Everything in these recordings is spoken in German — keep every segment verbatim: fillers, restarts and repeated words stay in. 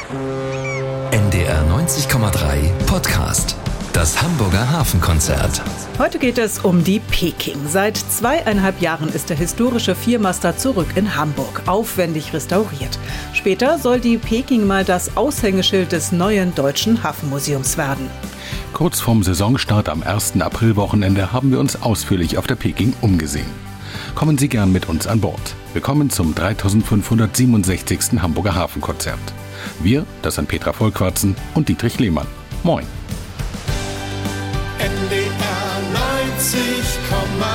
N D R neunzig Komma drei Podcast. Das Hamburger Hafenkonzert. Heute geht es um die Peking. Seit zweieinhalb Jahren ist der historische Viermaster zurück in Hamburg, aufwendig restauriert. Später soll die Peking mal das Aushängeschild des neuen Deutschen Hafenmuseums werden. Kurz vorm Saisonstart am ersten Aprilwochenende haben wir uns ausführlich auf der Peking umgesehen. Kommen Sie gern mit uns an Bord. Willkommen zum dreitausendfünfhundertsiebenundsechzigsten Hamburger Hafenkonzert. Wir, das sind Petra Vollquarzen und Dietrich Lehmann. Moin. N D R neunzig Komma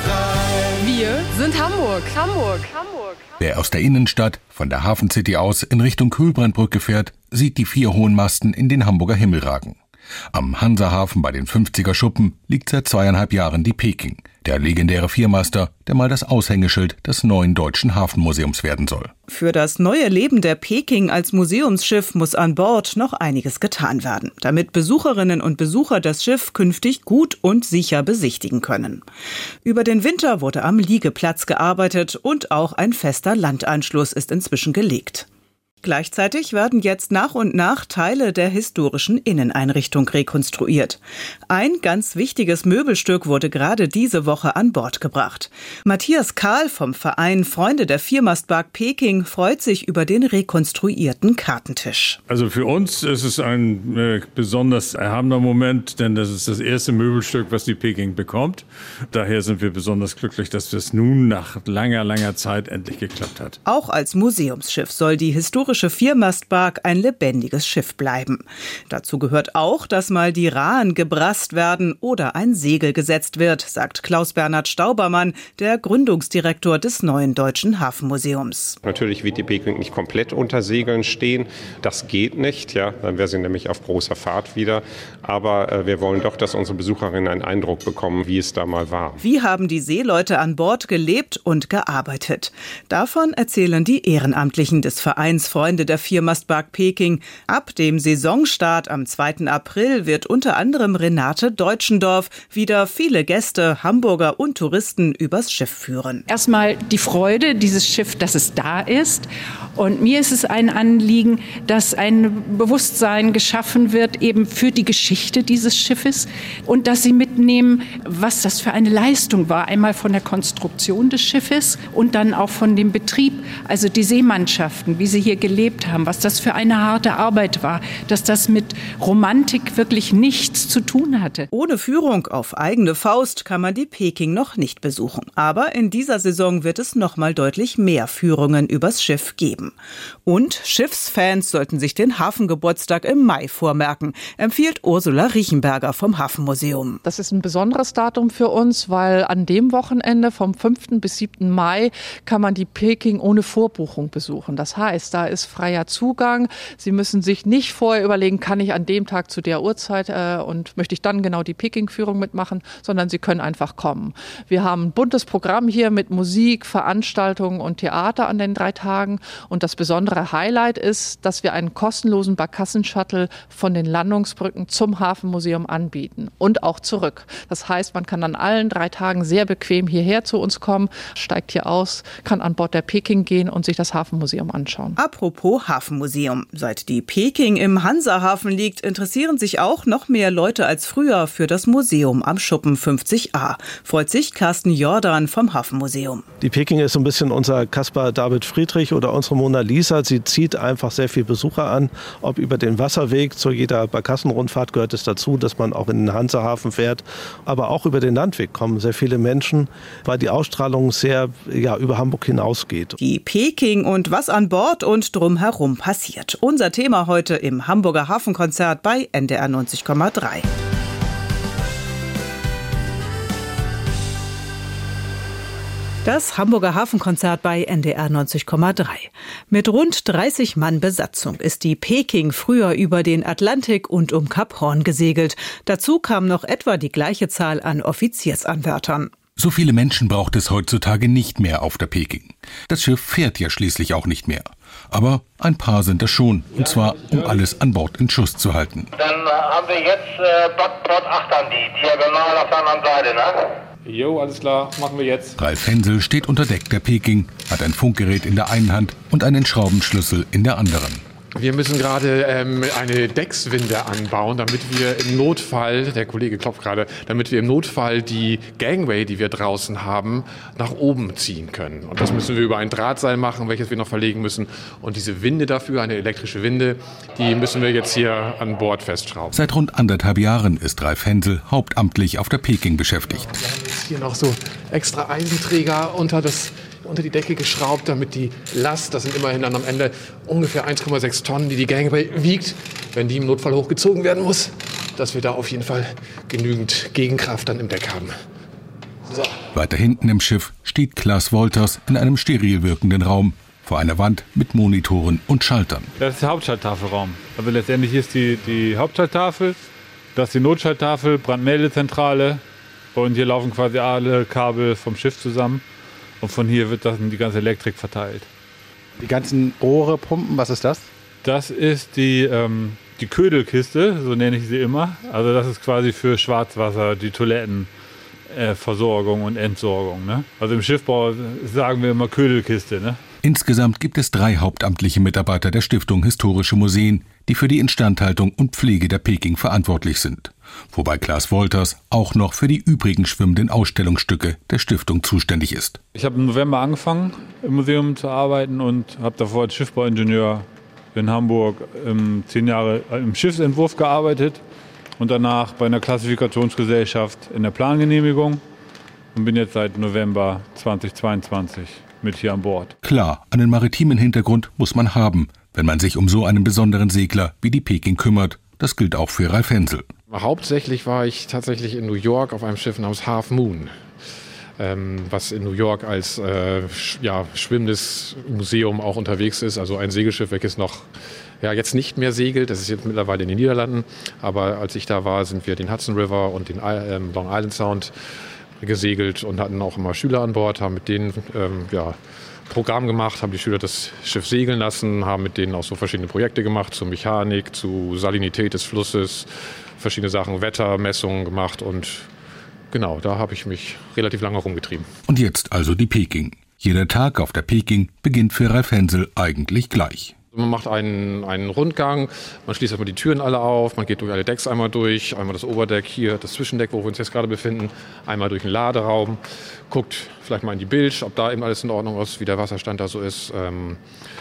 drei. Wir sind Hamburg, Hamburg, Hamburg. Wer aus der Innenstadt, von der Hafencity aus in Richtung Kühlbrandbrücke fährt, sieht die vier hohen Masten in den Hamburger Himmel ragen. Am Hansahafen bei den fünfziger Schuppen liegt seit zweieinhalb Jahren die Peking, der legendäre Viermaster, der mal das Aushängeschild des neuen Deutschen Hafenmuseums werden soll. Für das neue Leben der Peking als Museumsschiff muss an Bord noch einiges getan werden, damit Besucherinnen und Besucher das Schiff künftig gut und sicher besichtigen können. Über den Winter wurde am Liegeplatz gearbeitet und auch ein fester Landanschluss ist inzwischen gelegt. Gleichzeitig werden jetzt nach und nach Teile der historischen Inneneinrichtung rekonstruiert. Ein ganz wichtiges Möbelstück wurde gerade diese Woche an Bord gebracht. Matthias Kahl vom Verein Freunde der Viermastbark Peking freut sich über den rekonstruierten Kartentisch. Also für uns ist es ein äh, besonders erhabener Moment, denn das ist das erste Möbelstück, was die Peking bekommt. Daher sind wir besonders glücklich, dass das nun nach langer, langer Zeit endlich geklappt hat. Auch als Museumsschiff soll die historische Viermastbark ein lebendiges Schiff bleiben. Dazu gehört auch, dass mal die Rahen gebrasst werden oder ein Segel gesetzt wird, sagt Klaus-Bernhard Staubermann, der Gründungsdirektor des neuen Deutschen Hafenmuseums. Natürlich wird die Peking nicht komplett unter Segeln stehen. Das geht nicht, ja, dann wäre sie nämlich auf großer Fahrt wieder. Aber äh, wir wollen doch, dass unsere Besucherinnen einen Eindruck bekommen, wie es da mal war. Wie haben die Seeleute an Bord gelebt und gearbeitet? Davon erzählen die Ehrenamtlichen des Vereins Freunde der Viermastbark Peking. Ab dem Saisonstart am zweiten April wird unter anderem Renate Deutschendorf wieder viele Gäste, Hamburger und Touristen übers Schiff führen. Erstmal die Freude, dieses Schiff, dass es da ist. Und mir ist es ein Anliegen, dass ein Bewusstsein geschaffen wird eben für die Geschichte dieses Schiffes und dass sie mitnehmen, was das für eine Leistung war. Einmal von der Konstruktion des Schiffes und dann auch von dem Betrieb, also die Seemannschaften, wie sie hier gelebt haben, was das für eine harte Arbeit war, dass das mit Romantik wirklich nichts zu tun hatte. Ohne Führung auf eigene Faust kann man die Peking noch nicht besuchen. Aber in dieser Saison wird es noch mal deutlich mehr Führungen übers Schiff geben. Und Schiffsfans sollten sich den Hafengeburtstag im Mai vormerken, empfiehlt Ursula Riechenberger vom Hafenmuseum. Das ist ein besonderes Datum für uns, weil an dem Wochenende vom fünften bis siebten Mai kann man die Peking ohne Vorbuchung besuchen. Das heißt, da ist freier Zugang. Sie müssen sich nicht vorher überlegen, kann ich an dem Tag zu der Uhrzeit äh, und möchte ich dann genau die Peking-Führung mitmachen, sondern Sie können einfach kommen. Wir haben ein buntes Programm hier mit Musik, Veranstaltungen und Theater an den drei Tagen. Und das besondere Highlight ist, dass wir einen kostenlosen Barkassen-Shuttle von den Landungsbrücken zum Hafenmuseum anbieten und auch zurück. Das heißt, man kann an allen drei Tagen sehr bequem hierher zu uns kommen, steigt hier aus, kann an Bord der Peking gehen und sich das Hafenmuseum anschauen. Apropos Hafenmuseum. Seit die Peking im Hansahafen liegt, interessieren sich auch noch mehr Leute als früher für das Museum am Schuppen fünfzig a. Freut sich Carsten Jordan vom Hafenmuseum. Die Peking ist so ein bisschen unser Caspar David Friedrich oder unsere Mona Lisa. Sie zieht einfach sehr viele Besucher an. Ob über den Wasserweg, zu jeder Barkassenrundfahrt gehört es dazu, dass man auch in den Hansahafen fährt. Aber auch über den Landweg kommen sehr viele Menschen, weil die Ausstrahlung sehr ja, über Hamburg hinausgeht. Die Peking und was an Bord und drumherum passiert. Unser Thema heute im Hamburger Hafenkonzert bei N D R neunzig Komma drei. Das Hamburger Hafenkonzert bei N D R neunzig Komma drei. Mit rund dreißig Mann Besatzung ist die Peking früher über den Atlantik und um Kap Horn gesegelt. Dazu kam noch etwa die gleiche Zahl an Offiziersanwärtern. So viele Menschen braucht es heutzutage nicht mehr auf der Peking. Das Schiff fährt ja schließlich auch nicht mehr. Aber ein paar sind es schon, und zwar um alles an Bord in Schuss zu halten. Dann haben wir jetzt äh, Backbord acht an die, diagonal auf der anderen Seite, ne? Jo, alles klar, machen wir jetzt. Ralf Hensel steht unter Deck der Peking, hat ein Funkgerät in der einen Hand und einen Schraubenschlüssel in der anderen. Wir müssen gerade ähm, eine Deckswinde anbauen, damit wir im Notfall, der Kollege klopft gerade, damit wir im Notfall die Gangway, die wir draußen haben, nach oben ziehen können. Und das müssen wir über ein Drahtseil machen, welches wir noch verlegen müssen. Und diese Winde dafür, eine elektrische Winde, die müssen wir jetzt hier an Bord festschrauben. Seit rund anderthalb Jahren ist Ralf Hensel hauptamtlich auf der Peking beschäftigt. Wir haben jetzt hier noch so extra Eisenträger unter das unter die Decke geschraubt, damit die Last, das sind immerhin dann am Ende ungefähr eins Komma sechs Tonnen, die die Gangway wiegt, wenn die im Notfall hochgezogen werden muss, dass wir da auf jeden Fall genügend Gegenkraft dann im Deck haben. So. Weiter hinten im Schiff steht Klaas Wolters in einem steril wirkenden Raum vor einer Wand mit Monitoren und Schaltern. Das ist der Hauptschalttafelraum. Also letztendlich ist die, die Hauptschalttafel, das ist die Notschalttafel, Brandmeldezentrale und hier laufen quasi alle Kabel vom Schiff zusammen. Und von hier wird dann die ganze Elektrik verteilt. Die ganzen Rohre, Pumpen, was ist das? Das ist die, ähm, die Ködelkiste, so nenne ich sie immer. Also das ist quasi für Schwarzwasser, die Toilettenversorgung äh, und Entsorgung. Ne? Also im Schiffbau sagen wir immer Ködelkiste. Ne? Insgesamt gibt es drei hauptamtliche Mitarbeiter der Stiftung Historische Museen, die für die Instandhaltung und Pflege der Peking verantwortlich sind. Wobei Klaas Wolters auch noch für die übrigen schwimmenden Ausstellungsstücke der Stiftung zuständig ist. Ich habe im November angefangen, im Museum zu arbeiten und habe davor als Schiffbauingenieur in Hamburg ähm, zehn Jahre im Schiffsentwurf gearbeitet und danach bei einer Klassifikationsgesellschaft in der Plangenehmigung und bin jetzt seit November zweitausendzweiundzwanzig mit hier an Bord. Klar, einen maritimen Hintergrund muss man haben, wenn man sich um so einen besonderen Segler wie die Peking kümmert. Das gilt auch für Ralf Hensel. Hauptsächlich war ich tatsächlich in New York auf einem Schiff namens Half Moon, ähm, was in New York als äh, sch- ja, schwimmendes Museum auch unterwegs ist. Also ein Segelschiff, welches noch ja, jetzt nicht mehr segelt. Das ist jetzt mittlerweile in den Niederlanden. Aber als ich da war, sind wir den Hudson River und den ähm, Long Island Sound gesegelt und hatten auch immer Schüler an Bord, haben mit denen ähm, ja, Programm gemacht, haben die Schüler das Schiff segeln lassen, haben mit denen auch so verschiedene Projekte gemacht, zur Mechanik, zu Salinität des Flusses, verschiedene Sachen, Wettermessungen gemacht und genau, da habe ich mich relativ lange rumgetrieben. Und jetzt also die Peking. Jeder Tag auf der Peking beginnt für Ralf Hensel eigentlich gleich. Man macht einen, einen Rundgang, man schließt erstmal die Türen alle auf, man geht durch alle Decks einmal durch, einmal das Oberdeck hier, das Zwischendeck, wo wir uns jetzt gerade befinden, einmal durch den Laderaum, guckt vielleicht mal in die Bilge, ob da eben alles in Ordnung ist, wie der Wasserstand da so ist. Ähm,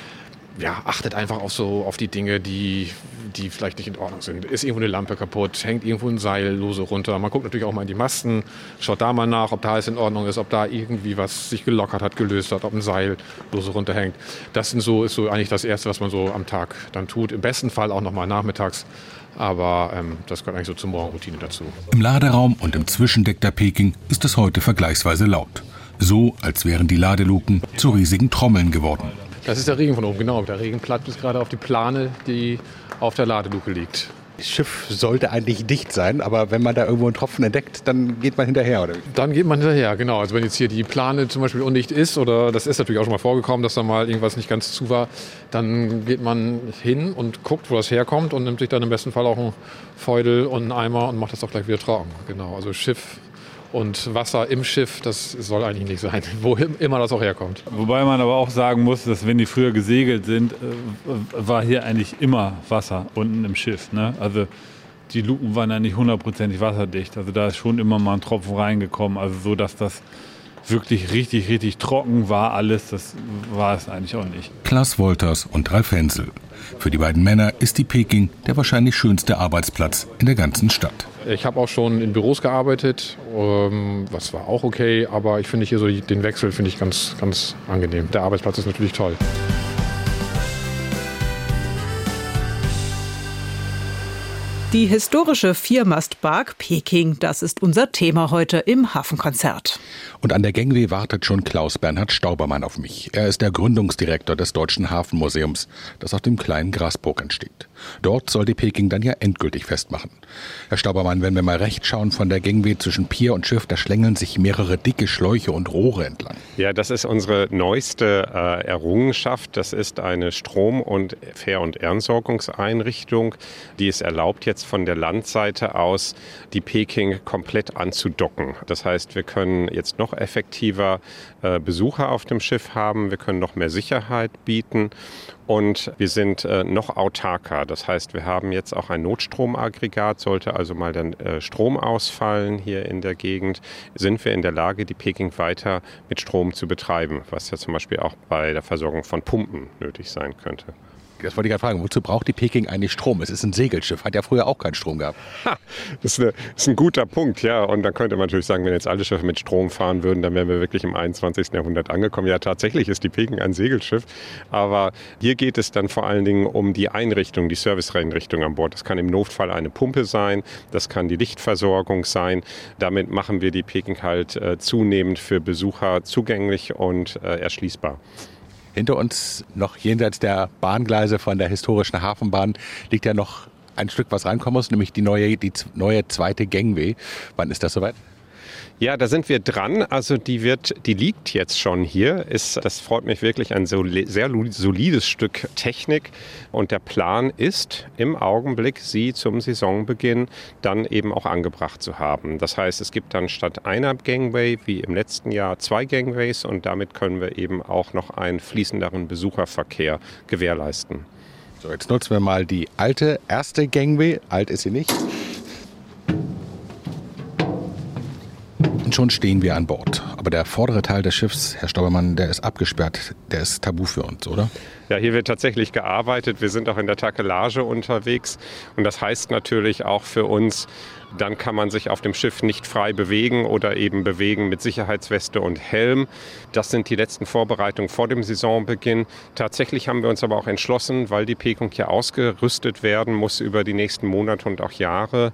ja, achtet einfach auf so auf die Dinge, die, die vielleicht nicht in Ordnung sind. Ist irgendwo eine Lampe kaputt, hängt irgendwo ein Seil lose runter. Man guckt natürlich auch mal in die Masten, schaut da mal nach, ob da alles in Ordnung ist, ob da irgendwie was sich gelockert hat, gelöst hat, ob ein Seil lose runterhängt. Das sind so, ist so eigentlich das Erste, was man so am Tag dann tut. Im besten Fall auch noch mal nachmittags. Aber ähm, das gehört eigentlich so zur Morgenroutine dazu. Im Laderaum und im Zwischendeck der Peking ist es heute vergleichsweise laut. So, als wären die Ladeluken zu riesigen Trommeln geworden. Das ist der Regen von oben, genau. Der Regen platzt bis gerade auf die Plane, die auf der Ladeluke liegt. Das Schiff sollte eigentlich dicht sein, aber wenn man da irgendwo einen Tropfen entdeckt, dann geht man hinterher, oder? Dann geht man hinterher, genau. Also wenn jetzt hier die Plane zum Beispiel undicht ist, oder das ist natürlich auch schon mal vorgekommen, dass da mal irgendwas nicht ganz zu war, dann geht man hin und guckt, wo das herkommt und nimmt sich dann im besten Fall auch einen Feudel und einen Eimer und macht das auch gleich wieder trocken. Genau, also Schiff und Wasser im Schiff, das soll eigentlich nicht sein, wo immer das auch herkommt. Wobei man aber auch sagen muss, dass wenn die früher gesegelt sind, war hier eigentlich immer Wasser unten im Schiff. Ne? Also die Luken waren ja nicht hundertprozentig wasserdicht. Also da ist schon immer mal ein Tropfen reingekommen. Also so, dass das wirklich richtig, richtig trocken war alles, das war es eigentlich auch nicht. Klaas Wolters und Ralf Hensel. Für die beiden Männer ist die Peking der wahrscheinlich schönste Arbeitsplatz in der ganzen Stadt. Ich habe auch schon in Büros gearbeitet, ähm, das war auch okay, aber ich finde hier so den Wechsel finde ich ganz, ganz angenehm. Der Arbeitsplatz ist natürlich toll. Die historische Viermastbark Peking, das ist unser Thema heute im Hafenkonzert. Und an der Gangway wartet schon Klaus-Bernhard Staubermann auf mich. Er ist der Gründungsdirektor des Deutschen Hafenmuseums, das auf dem kleinen Grasburg entsteht. Dort soll die Peking dann ja endgültig festmachen. Herr Staubermann, wenn wir mal recht schauen, von der Gangway zwischen Pier und Schiff, da schlängeln sich mehrere dicke Schläuche und Rohre entlang. Ja, das ist unsere neueste äh, Errungenschaft. Das ist eine Strom- und Fähr- und Entsorgungseinrichtung, die es erlaubt, jetzt jetzt von der Landseite aus die Peking komplett anzudocken. Das heißt, wir können jetzt noch effektiver äh, Besucher auf dem Schiff haben, wir können noch mehr Sicherheit bieten und wir sind äh, noch autarker. Das heißt, wir haben jetzt auch ein Notstromaggregat, sollte also mal der äh, Strom ausfallen hier in der Gegend, sind wir in der Lage, die Peking weiter mit Strom zu betreiben, was ja zum Beispiel auch bei der Versorgung von Pumpen nötig sein könnte. Das wollte ich gerade fragen. Wozu braucht die Peking eigentlich Strom? Es ist ein Segelschiff, hat ja früher auch keinen Strom gehabt. Ha, das ist, eine, das ist ein guter Punkt, ja. Und dann könnte man natürlich sagen, wenn jetzt alle Schiffe mit Strom fahren würden, dann wären wir wirklich im einundzwanzigsten Jahrhundert angekommen. Ja, tatsächlich ist die Peking ein Segelschiff. Aber hier geht es dann vor allen Dingen um die Einrichtung, die Serviceeinrichtung an Bord. Das kann im Notfall eine Pumpe sein, das kann die Lichtversorgung sein. Damit machen wir die Peking halt äh, zunehmend für Besucher zugänglich und äh, erschließbar. Hinter uns, noch jenseits der Bahngleise von der historischen Hafenbahn, liegt ja noch ein Stück, was reinkommen muss, nämlich die neue, die neue zweite Gangway. Wann ist das soweit? Ja, da sind wir dran. Also die wird, die liegt jetzt schon hier. Ist, das freut mich wirklich, ein so, sehr solides Stück Technik. Und der Plan ist, im Augenblick sie zum Saisonbeginn dann eben auch angebracht zu haben. Das heißt, es gibt dann statt einer Gangway wie im letzten Jahr zwei Gangways und damit können wir eben auch noch einen fließenderen Besucherverkehr gewährleisten. So, jetzt nutzen wir mal die alte erste Gangway. Alt ist sie nicht. Und schon stehen wir an Bord. Aber der vordere Teil des Schiffs, Herr Staubermann, der ist abgesperrt. Der ist tabu für uns, oder? Ja, hier wird tatsächlich gearbeitet. Wir sind auch in der Takelage unterwegs. Und das heißt natürlich auch für uns, dann kann man sich auf dem Schiff nicht frei bewegen oder eben bewegen mit Sicherheitsweste und Helm. Das sind die letzten Vorbereitungen vor dem Saisonbeginn. Tatsächlich haben wir uns aber auch entschlossen, weil die Peking hier ausgerüstet werden muss über die nächsten Monate und auch Jahre,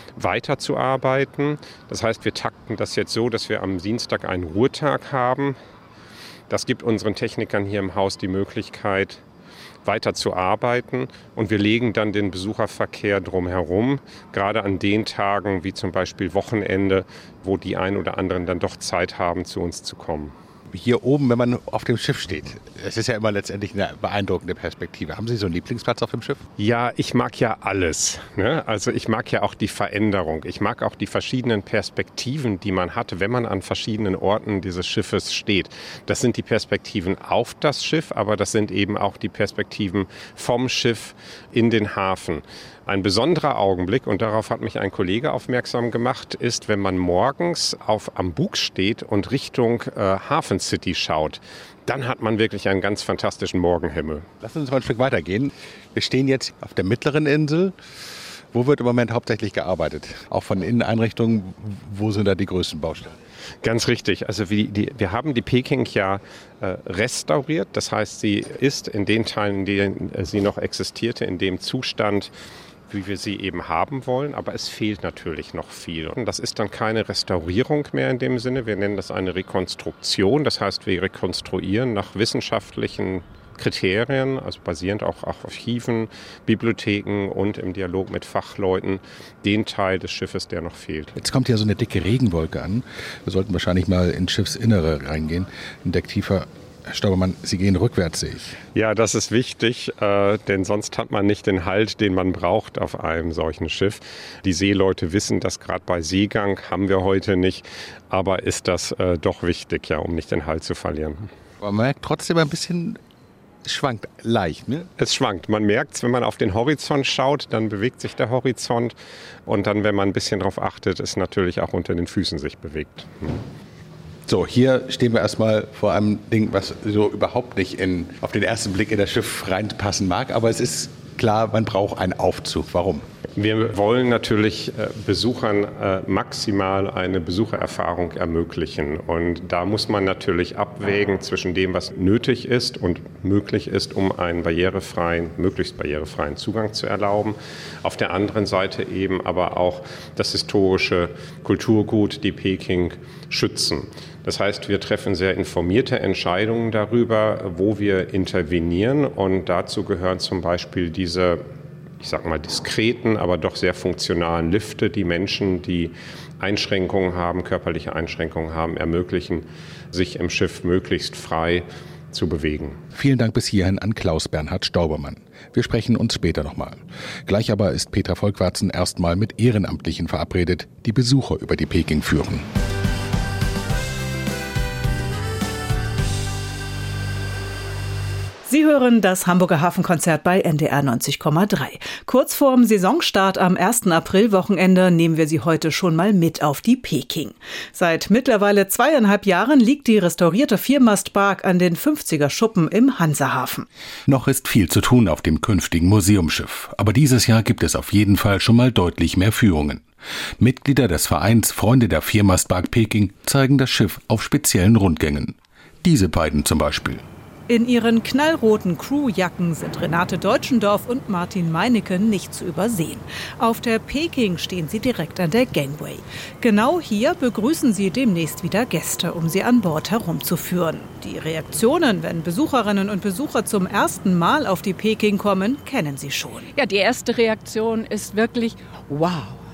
weiterzuarbeiten. Das heißt, wir takten das jetzt so, dass wir am Dienstag einen Ruhetag haben. Das gibt unseren Technikern hier im Haus die Möglichkeit, weiter zu arbeiten und wir legen dann den Besucherverkehr drumherum, gerade an den Tagen wie zum Beispiel Wochenende, wo die ein oder anderen dann doch Zeit haben, zu uns zu kommen. Hier oben, wenn man auf dem Schiff steht, es ist ja immer letztendlich eine beeindruckende Perspektive. Haben Sie so einen Lieblingsplatz auf dem Schiff? Ja, ich mag ja alles. Ne? Also ich mag ja auch die Veränderung. Ich mag auch die verschiedenen Perspektiven, die man hat, wenn man an verschiedenen Orten dieses Schiffes steht. Das sind die Perspektiven auf das Schiff, aber das sind eben auch die Perspektiven vom Schiff in den Hafen. Ein besonderer Augenblick, und darauf hat mich ein Kollege aufmerksam gemacht, ist, wenn man morgens auf am Bug steht und Richtung äh, Hafen City schaut. Dann hat man wirklich einen ganz fantastischen Morgenhimmel. Lass uns mal ein Stück weitergehen. Wir stehen jetzt auf der mittleren Insel. Wo wird im Moment hauptsächlich gearbeitet? Auch von Inneneinrichtungen, wo sind da die größten Baustellen? Ganz richtig. Also wie die, wir haben die Peking ja äh, restauriert. Das heißt, sie ist in den Teilen, in denen äh, sie noch existierte, in dem Zustand, wie wir sie eben haben wollen, aber es fehlt natürlich noch viel. Und das ist dann keine Restaurierung mehr in dem Sinne, wir nennen das eine Rekonstruktion, das heißt, wir rekonstruieren nach wissenschaftlichen Kriterien, also basierend auch auf Archiven, Bibliotheken und im Dialog mit Fachleuten, den Teil des Schiffes, der noch fehlt. Jetzt kommt ja so eine dicke Regenwolke an. Wir sollten wahrscheinlich mal ins Schiffsinnere reingehen, ein Deck tiefer. Herr Staubermann, Sie gehen rückwärts, sehe ich. Ja, das ist wichtig, äh, denn sonst hat man nicht den Halt, den man braucht auf einem solchen Schiff. Die Seeleute wissen das, gerade bei Seegang haben wir heute nicht, aber ist das äh, doch wichtig, ja, um nicht den Halt zu verlieren. Aber man merkt trotzdem ein bisschen, es schwankt leicht, ne? Es schwankt. Man merkt es, wenn man auf den Horizont schaut, dann bewegt sich der Horizont und dann, wenn man ein bisschen darauf achtet, ist natürlich auch unter den Füßen sich bewegt. Hm. So, hier stehen wir erstmal vor einem Ding, was so überhaupt nicht in, auf den ersten Blick in das Schiff reinpassen mag. Aber es ist klar, man braucht einen Aufzug. Warum? Wir wollen natürlich Besuchern maximal eine Besuchererfahrung ermöglichen. Und da muss man natürlich abwägen zwischen dem, was nötig ist und möglich ist, um einen barrierefreien, möglichst barrierefreien Zugang zu erlauben. Auf der anderen Seite eben aber auch das historische Kulturgut, die Peking, schützen. Das heißt, wir treffen sehr informierte Entscheidungen darüber, wo wir intervenieren. Und dazu gehören zum Beispiel diese, ich sag mal, diskreten, aber doch sehr funktionalen Lifte, die Menschen, die Einschränkungen haben, körperliche Einschränkungen haben, ermöglichen, sich im Schiff möglichst frei zu bewegen. Vielen Dank bis hierhin an Klaus-Bernhard Staubermann. Wir sprechen uns später nochmal. Gleich aber ist Petra Volkwarzen erstmal mit Ehrenamtlichen verabredet, die Besucher über die Peking führen. Sie hören das Hamburger Hafenkonzert bei N D R neunzig Komma drei. Kurz vorm Saisonstart am ersten Aprilwochenende nehmen wir Sie heute schon mal mit auf die Peking. Seit mittlerweile zweieinhalb Jahren liegt die restaurierte Viermastbark an den fünfziger Schuppen im Hansahafen. Noch ist viel zu tun auf dem künftigen Museumsschiff, aber dieses Jahr gibt es auf jeden Fall schon mal deutlich mehr Führungen. Mitglieder des Vereins Freunde der Viermastbark Peking zeigen das Schiff auf speziellen Rundgängen. Diese beiden zum Beispiel. In ihren knallroten Crewjacken sind Renate Deutschendorf und Martin Meinecke nicht zu übersehen. Auf der Peking stehen sie direkt an der Gangway. Genau hier begrüßen sie demnächst wieder Gäste, um sie an Bord herumzuführen. Die Reaktionen, wenn Besucherinnen und Besucher zum ersten Mal auf die Peking kommen, kennen sie schon. Ja, die erste Reaktion ist wirklich wow.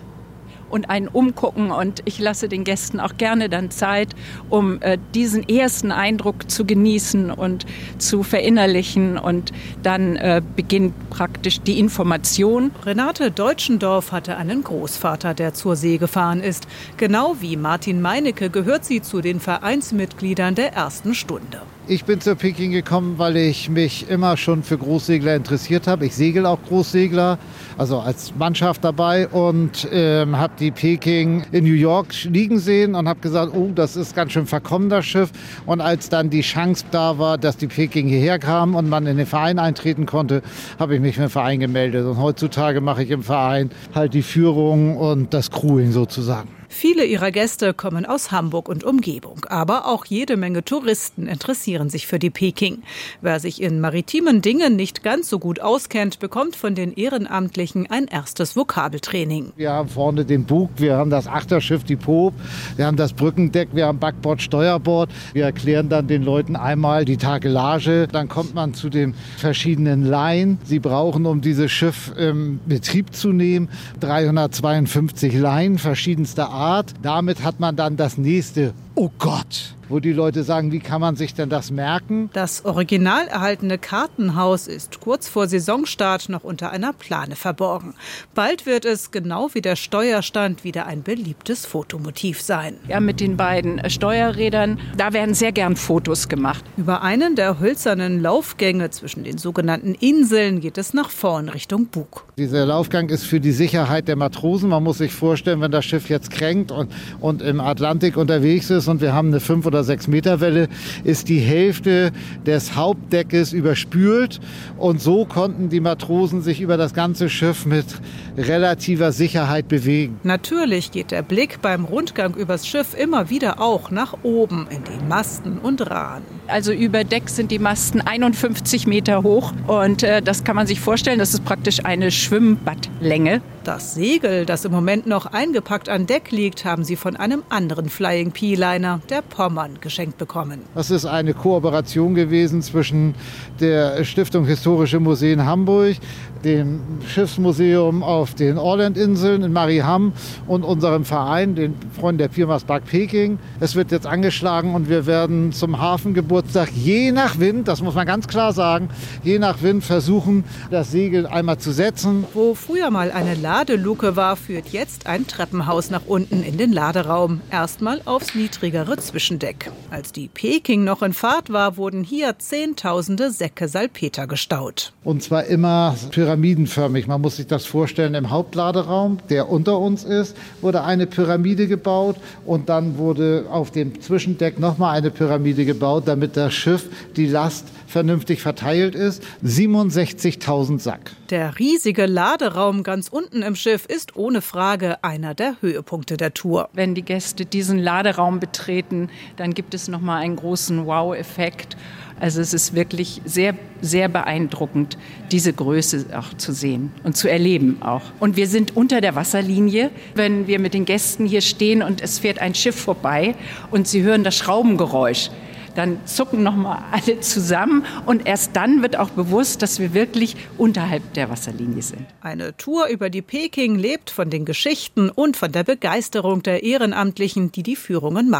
Und ein Umgucken, und ich lasse den Gästen auch gerne dann Zeit, um äh, diesen ersten Eindruck zu genießen und zu verinnerlichen, und dann äh, beginnt praktisch die Information. Renate Deutschendorf hatte einen Großvater, der zur See gefahren ist. Genau wie Martin Meinecke gehört sie zu den Vereinsmitgliedern der ersten Stunde. Ich bin zur Peking gekommen, weil ich mich immer schon für Großsegler interessiert habe. Ich segel auch Großsegler, also als Mannschaft dabei, und ähm, habe die Peking in New York liegen sehen und habe gesagt, oh, das ist ganz schön verkommen, das Schiff. Und als dann die Chance da war, dass die Peking hierher kam und man in den Verein eintreten konnte, habe ich mich für den Verein gemeldet. Und heutzutage mache ich im Verein halt die Führung und das Crewing sozusagen. Viele ihrer Gäste kommen aus Hamburg und Umgebung, aber auch jede Menge Touristen interessieren sich für die Peking. Wer sich in maritimen Dingen nicht ganz so gut auskennt, bekommt von den Ehrenamtlichen ein erstes Vokabeltraining. Wir haben vorne den Bug, wir haben das Achterschiff, die Poop, wir haben das Brückendeck, wir haben Backbord, Steuerbord. Wir erklären dann den Leuten einmal die Takelage. Dann kommt man zu den verschiedenen Leinen. Sie brauchen, um dieses Schiff in Betrieb zu nehmen, dreihundertzweiundfünfzig Leinen verschiedenster Art. Damit hat man dann das nächste, oh Gott, wo die Leute sagen, wie kann man sich denn das merken? Das original erhaltene Kartenhaus ist kurz vor Saisonstart noch unter einer Plane verborgen. Bald wird es, genau wie der Steuerstand, wieder ein beliebtes Fotomotiv sein. Ja, mit den beiden Steuerrädern, da werden sehr gern Fotos gemacht. Über einen der hölzernen Laufgänge zwischen den sogenannten Inseln geht es nach vorn Richtung Bug. Dieser Laufgang ist für die Sicherheit der Matrosen. Man muss sich vorstellen, wenn das Schiff jetzt kränkt und, und im Atlantik unterwegs ist und wir haben eine fünf oder sechs Meter Welle, ist die Hälfte des Hauptdeckes überspült, und so konnten die Matrosen sich über das ganze Schiff mit relativer Sicherheit bewegen. Natürlich geht der Blick beim Rundgang übers Schiff immer wieder auch nach oben in die Masten und Rahen. Also über Deck sind die Masten einundfünfzig Meter hoch, und äh, das kann man sich vorstellen, das ist praktisch eine Schwimmbadlänge. Das Segel, das im Moment noch eingepackt an Deck liegt, haben sie von einem anderen Flying P-Liner, der Pommern, geschenkt bekommen. Das ist eine Kooperation gewesen zwischen der Stiftung Historische Museen Hamburg, dem Schiffsmuseum auf den Orland-Inseln in Mariehamn und unserem Verein, den Freunden der Viermastbark Peking. Es wird jetzt angeschlagen und wir werden zum Hafengeburtstag je nach Wind, das muss man ganz klar sagen, je nach Wind versuchen, das Segel einmal zu setzen. Wo früher mal eine Ladeluke war, führt jetzt ein Treppenhaus nach unten in den Laderaum. Erstmal aufs niedrigere Zwischendeck. Als die Peking noch in Fahrt war, wurden hier zehntausende Säcke Salpeter gestaut. Und zwar immer pyramidenförmig. Man muss sich das vorstellen, im Hauptladeraum, der unter uns ist, wurde eine Pyramide gebaut, und dann wurde auf dem Zwischendeck nochmal eine Pyramide gebaut, damit das Schiff, die Last, vernünftig verteilt ist. siebenundsechzigtausend Sack. Der riesige Laderaum ganz unten im Schiff ist ohne Frage einer der Höhepunkte der Tour. Wenn die Gäste diesen Laderaum betreten, dann gibt es nochmal einen großen Wow-Effekt. Also es ist wirklich sehr, sehr beeindruckend, diese Größe auch zu sehen und zu erleben auch. Und wir sind unter der Wasserlinie, wenn wir mit den Gästen hier stehen und es fährt ein Schiff vorbei und sie hören das Schraubengeräusch. Dann zucken noch mal alle zusammen, und erst dann wird auch bewusst, dass wir wirklich unterhalb der Wasserlinie sind. Eine Tour über die Peking lebt von den Geschichten und von der Begeisterung der Ehrenamtlichen, die die Führungen machen.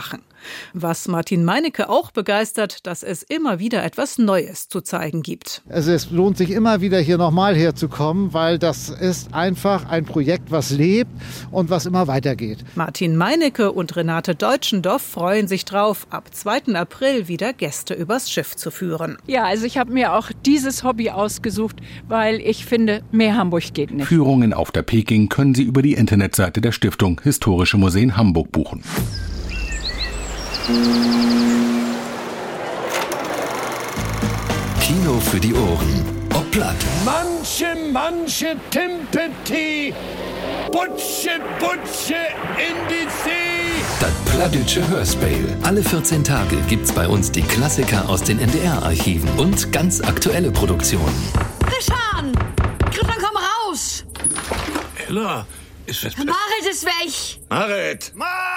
Was Martin Meinecke auch begeistert, dass es immer wieder etwas Neues zu zeigen gibt. Also es lohnt sich immer wieder hier nochmal herzukommen, weil das ist einfach ein Projekt, was lebt und was immer weitergeht. Martin Meinecke und Renate Deutschendorf freuen sich drauf, ab zweiten April wieder Gäste übers Schiff zu führen. Ja, also ich habe mir auch dieses Hobby ausgesucht, weil ich finde, mehr Hamburg geht nicht. Führungen auf der Peking können Sie über die Internetseite der Stiftung Historische Museen Hamburg buchen. Kino für die Ohren. Ob platt. Manche, manche Timpeti, Butsche, Butsche in die See. Das plattdütsche Hörspiel. Alle vierzehn Tage gibt's bei uns die Klassiker aus den N D R-Archiven und ganz aktuelle Produktionen. Christian! Christian, komm raus! Ella, ist das... Marit ist weg! Marit!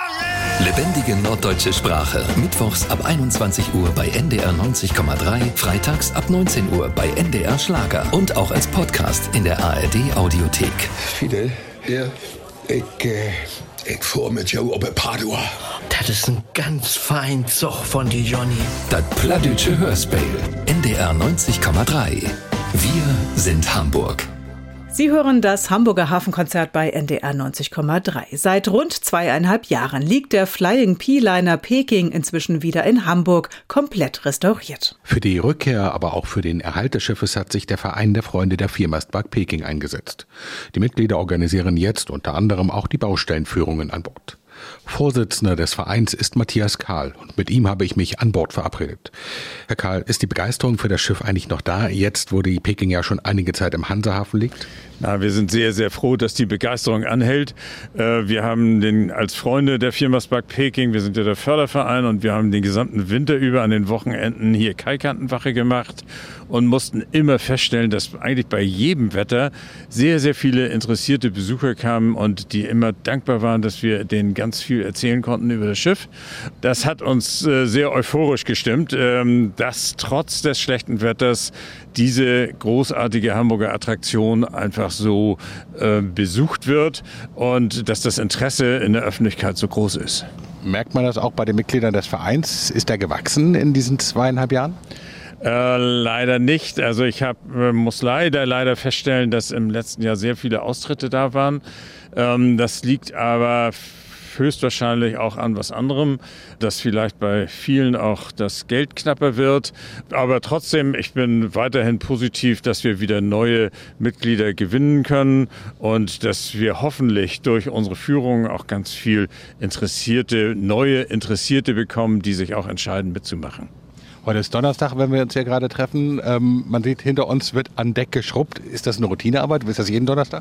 Lebendige norddeutsche Sprache. Mittwochs ab einundzwanzig Uhr bei N D R neunzig Komma drei, freitags ab neunzehn Uhr bei N D R Schlager und auch als Podcast in der A R D-Audiothek. Fidel? Ja? Ich, äh, ich fuhr mit jou op Padua. Das ist ein ganz fein Zug von die Johnny. Das plattdütsche Hörspiel. N D R neunzig Komma drei. Wir sind Hamburg. Sie hören das Hamburger Hafenkonzert bei N D R neunzig Komma drei. Seit rund zweieinhalb Jahren liegt der Flying P-Liner Peking inzwischen wieder in Hamburg, komplett restauriert. Für die Rückkehr, aber auch für den Erhalt des Schiffes hat sich der Verein der Freunde der Viermastbark Peking eingesetzt. Die Mitglieder organisieren jetzt unter anderem auch die Baustellenführungen an Bord. Vorsitzender des Vereins ist Matthias Kahl und mit ihm habe ich mich an Bord verabredet. Herr Kahl, ist die Begeisterung für das Schiff eigentlich noch da, jetzt wo die Peking ja schon einige Zeit im Hansahafen liegt? Na, wir sind sehr, sehr froh, dass die Begeisterung anhält. Wir haben den als Freunde der Viermastbark Peking, wir sind ja der Förderverein und wir haben den gesamten Winter über an den Wochenenden hier Kaikantenwache gemacht und mussten immer feststellen, dass eigentlich bei jedem Wetter sehr, sehr viele interessierte Besucher kamen und die immer dankbar waren, dass wir denen ganz viel erzählen konnten über das Schiff. Das hat uns sehr euphorisch gestimmt, dass trotz des schlechten Wetters diese großartige Hamburger Attraktion einfach so äh, besucht wird und dass das Interesse in der Öffentlichkeit so groß ist. Merkt man das auch bei den Mitgliedern des Vereins? Ist der gewachsen in diesen zweieinhalb Jahren? Äh, leider nicht. Also ich hab, äh, muss leider, leider feststellen, dass im letzten Jahr sehr viele Austritte da waren. Ähm, das liegt aber höchstwahrscheinlich auch an was anderem, dass vielleicht bei vielen auch das Geld knapper wird. Aber trotzdem, ich bin weiterhin positiv, dass wir wieder neue Mitglieder gewinnen können und dass wir hoffentlich durch unsere Führung auch ganz viel Interessierte, neue Interessierte bekommen, die sich auch entscheiden mitzumachen. Heute ist Donnerstag, wenn wir uns hier gerade treffen. Ähm, man sieht, hinter uns wird an Deck geschrubbt. Ist das eine Routinearbeit? Ist das jeden Donnerstag?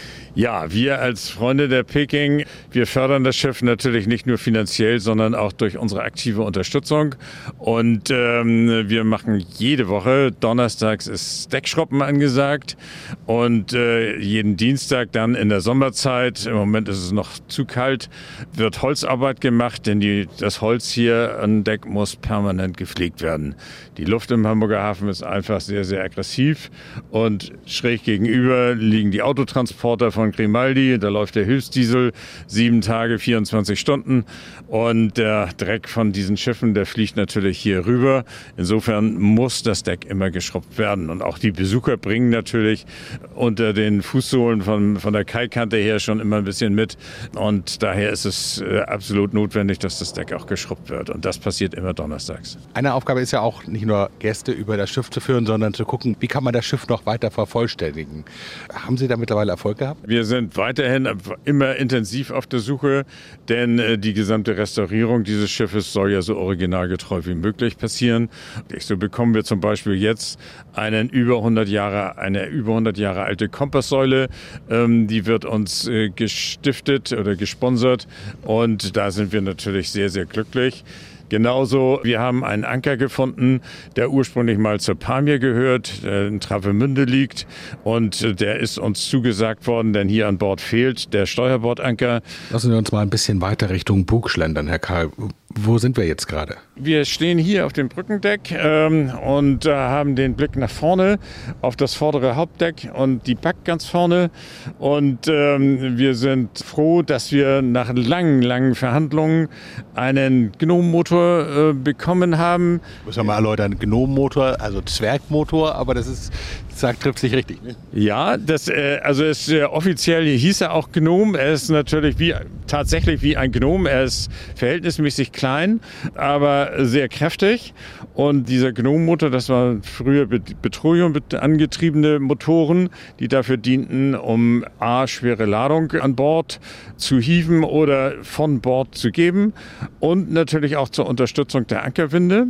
Ja, wir als Freunde der Peking, wir fördern das Schiff natürlich nicht nur finanziell, sondern auch durch unsere aktive Unterstützung. Und ähm, wir machen jede Woche, donnerstags ist Deckschrubben angesagt und äh, jeden Dienstag dann in der Sommerzeit, im Moment ist es noch zu kalt, wird Holzarbeit gemacht, denn die, das Holz hier an Deck muss permanent gepflegt werden. Die Luft im Hamburger Hafen ist einfach sehr, sehr aggressiv und schräg gegenüber liegen die Autotransporter von Grimaldi, da läuft der Hilfsdiesel sieben Tage, vierundzwanzig Stunden und der Dreck von diesen Schiffen, der fliegt natürlich hier rüber. Insofern muss das Deck immer geschrubbt werden und auch die Besucher bringen natürlich unter den Fußsohlen von, von der Kaikante her schon immer ein bisschen mit und daher ist es äh, absolut notwendig, dass das Deck auch geschrubbt wird und das passiert immer donnerstags. Eine Aufgabe ist ja auch nicht nur Gäste über das Schiff zu führen, sondern zu gucken, wie kann man das Schiff noch weiter vervollständigen. Haben Sie da mittlerweile Erfolg gehabt? Wir sind weiterhin immer intensiv auf der Suche, denn äh, die gesamte Restaurierung dieses Schiffes soll ja so originalgetreu wie möglich passieren. So bekommen wir zum Beispiel jetzt einen über hundert Jahre, eine über hundert Jahre alte Kompasssäule. Ähm, die wird uns äh, gestiftet oder gesponsert und da sind wir natürlich sehr, sehr glücklich. Genauso, wir haben einen Anker gefunden, der ursprünglich mal zur Pamir gehört, der in Travemünde liegt und der ist uns zugesagt worden, denn hier an Bord fehlt der Steuerbordanker. Lassen wir uns mal ein bisschen weiter Richtung Bug schlendern, Herr Kahl. Wo sind wir jetzt gerade? Wir stehen hier auf dem Brückendeck ähm, und äh, haben den Blick nach vorne auf das vordere Hauptdeck und die Back ganz vorne. Und ähm, wir sind froh, dass wir nach langen, langen Verhandlungen einen Gnome-Motor äh, bekommen haben. Muss man mal erläutern, Gnome-Motor, also Zwergmotor, aber das ist, sagt, trifft sich richtig, ne? Ja, das, äh, also es, äh, offiziell hieß er auch Gnome. Er ist natürlich wie, tatsächlich wie ein Gnome. Er ist verhältnismäßig klein, aber sehr kräftig. Und dieser Gnome-Motor, das waren früher Petroleum angetriebene Motoren, die dafür dienten, um a, schwere Ladung an Bord zu hieven oder von Bord zu geben und natürlich auch zur Unterstützung der Ankerwinde.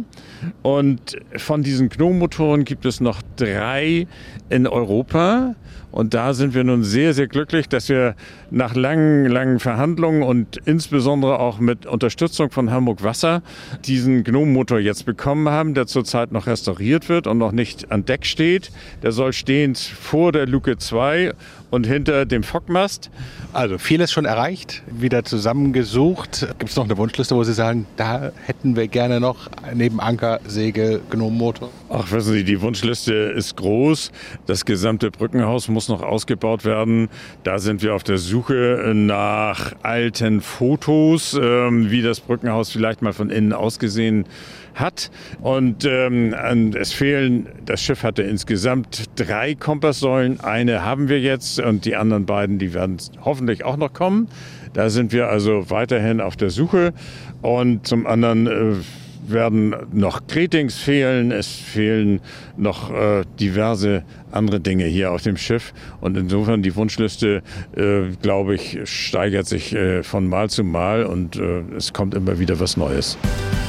Und von diesen Gnome-Motoren gibt es noch drei in Europa. Und da sind wir nun sehr, sehr glücklich, dass wir nach langen, langen Verhandlungen und insbesondere auch mit Unterstützung von Hamburg Wasser diesen Gnome-Motor jetzt bekommen haben, der zurzeit noch restauriert wird und noch nicht an Deck steht. Der soll stehend vor der Luke zwei und hinter dem Fockmast. Also vieles schon erreicht, wieder zusammengesucht. Gibt es noch eine Wunschliste, wo Sie sagen, da hätten wir gerne noch neben Anker, Segel, Gnome-Motor? Ach, wissen Sie, die Wunschliste ist groß. Das gesamte Brückenhaus muss noch ausgebaut werden. Da sind wir auf der Suche nach alten Fotos, ähm, wie das Brückenhaus vielleicht mal von innen ausgesehen hat. Und ähm, es fehlen, das Schiff hatte insgesamt drei Kompasssäulen. Eine haben wir jetzt und die anderen beiden, die werden hoffentlich auch noch kommen. Da sind wir also weiterhin auf der Suche. Und zum anderen äh, werden noch Gratings fehlen. Es fehlen noch äh, diverse andere Dinge hier auf dem Schiff. Und insofern die Wunschliste, äh, glaube ich, steigert sich äh, von Mal zu Mal und äh, es kommt immer wieder was Neues.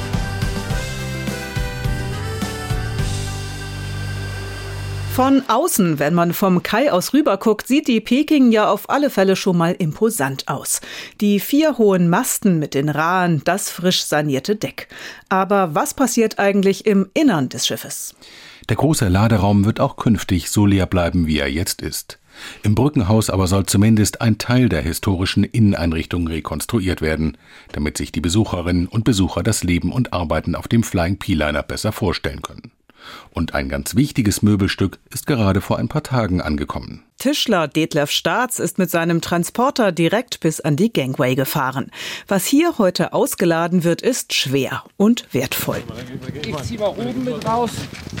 Von außen, wenn man vom Kai aus rüber guckt, sieht die Peking ja auf alle Fälle schon mal imposant aus. Die vier hohen Masten mit den Rahen, das frisch sanierte Deck. Aber was passiert eigentlich im Innern des Schiffes? Der große Laderaum wird auch künftig so leer bleiben, wie er jetzt ist. Im Brückenhaus aber soll zumindest ein Teil der historischen Inneneinrichtung rekonstruiert werden, damit sich die Besucherinnen und Besucher das Leben und Arbeiten auf dem Flying P-Liner besser vorstellen können. Und ein ganz wichtiges Möbelstück ist gerade vor ein paar Tagen angekommen. Tischler Detlef Staats ist mit seinem Transporter direkt bis an die Gangway gefahren. Was hier heute ausgeladen wird, ist schwer und wertvoll. Ich zieh mal oben mit raus.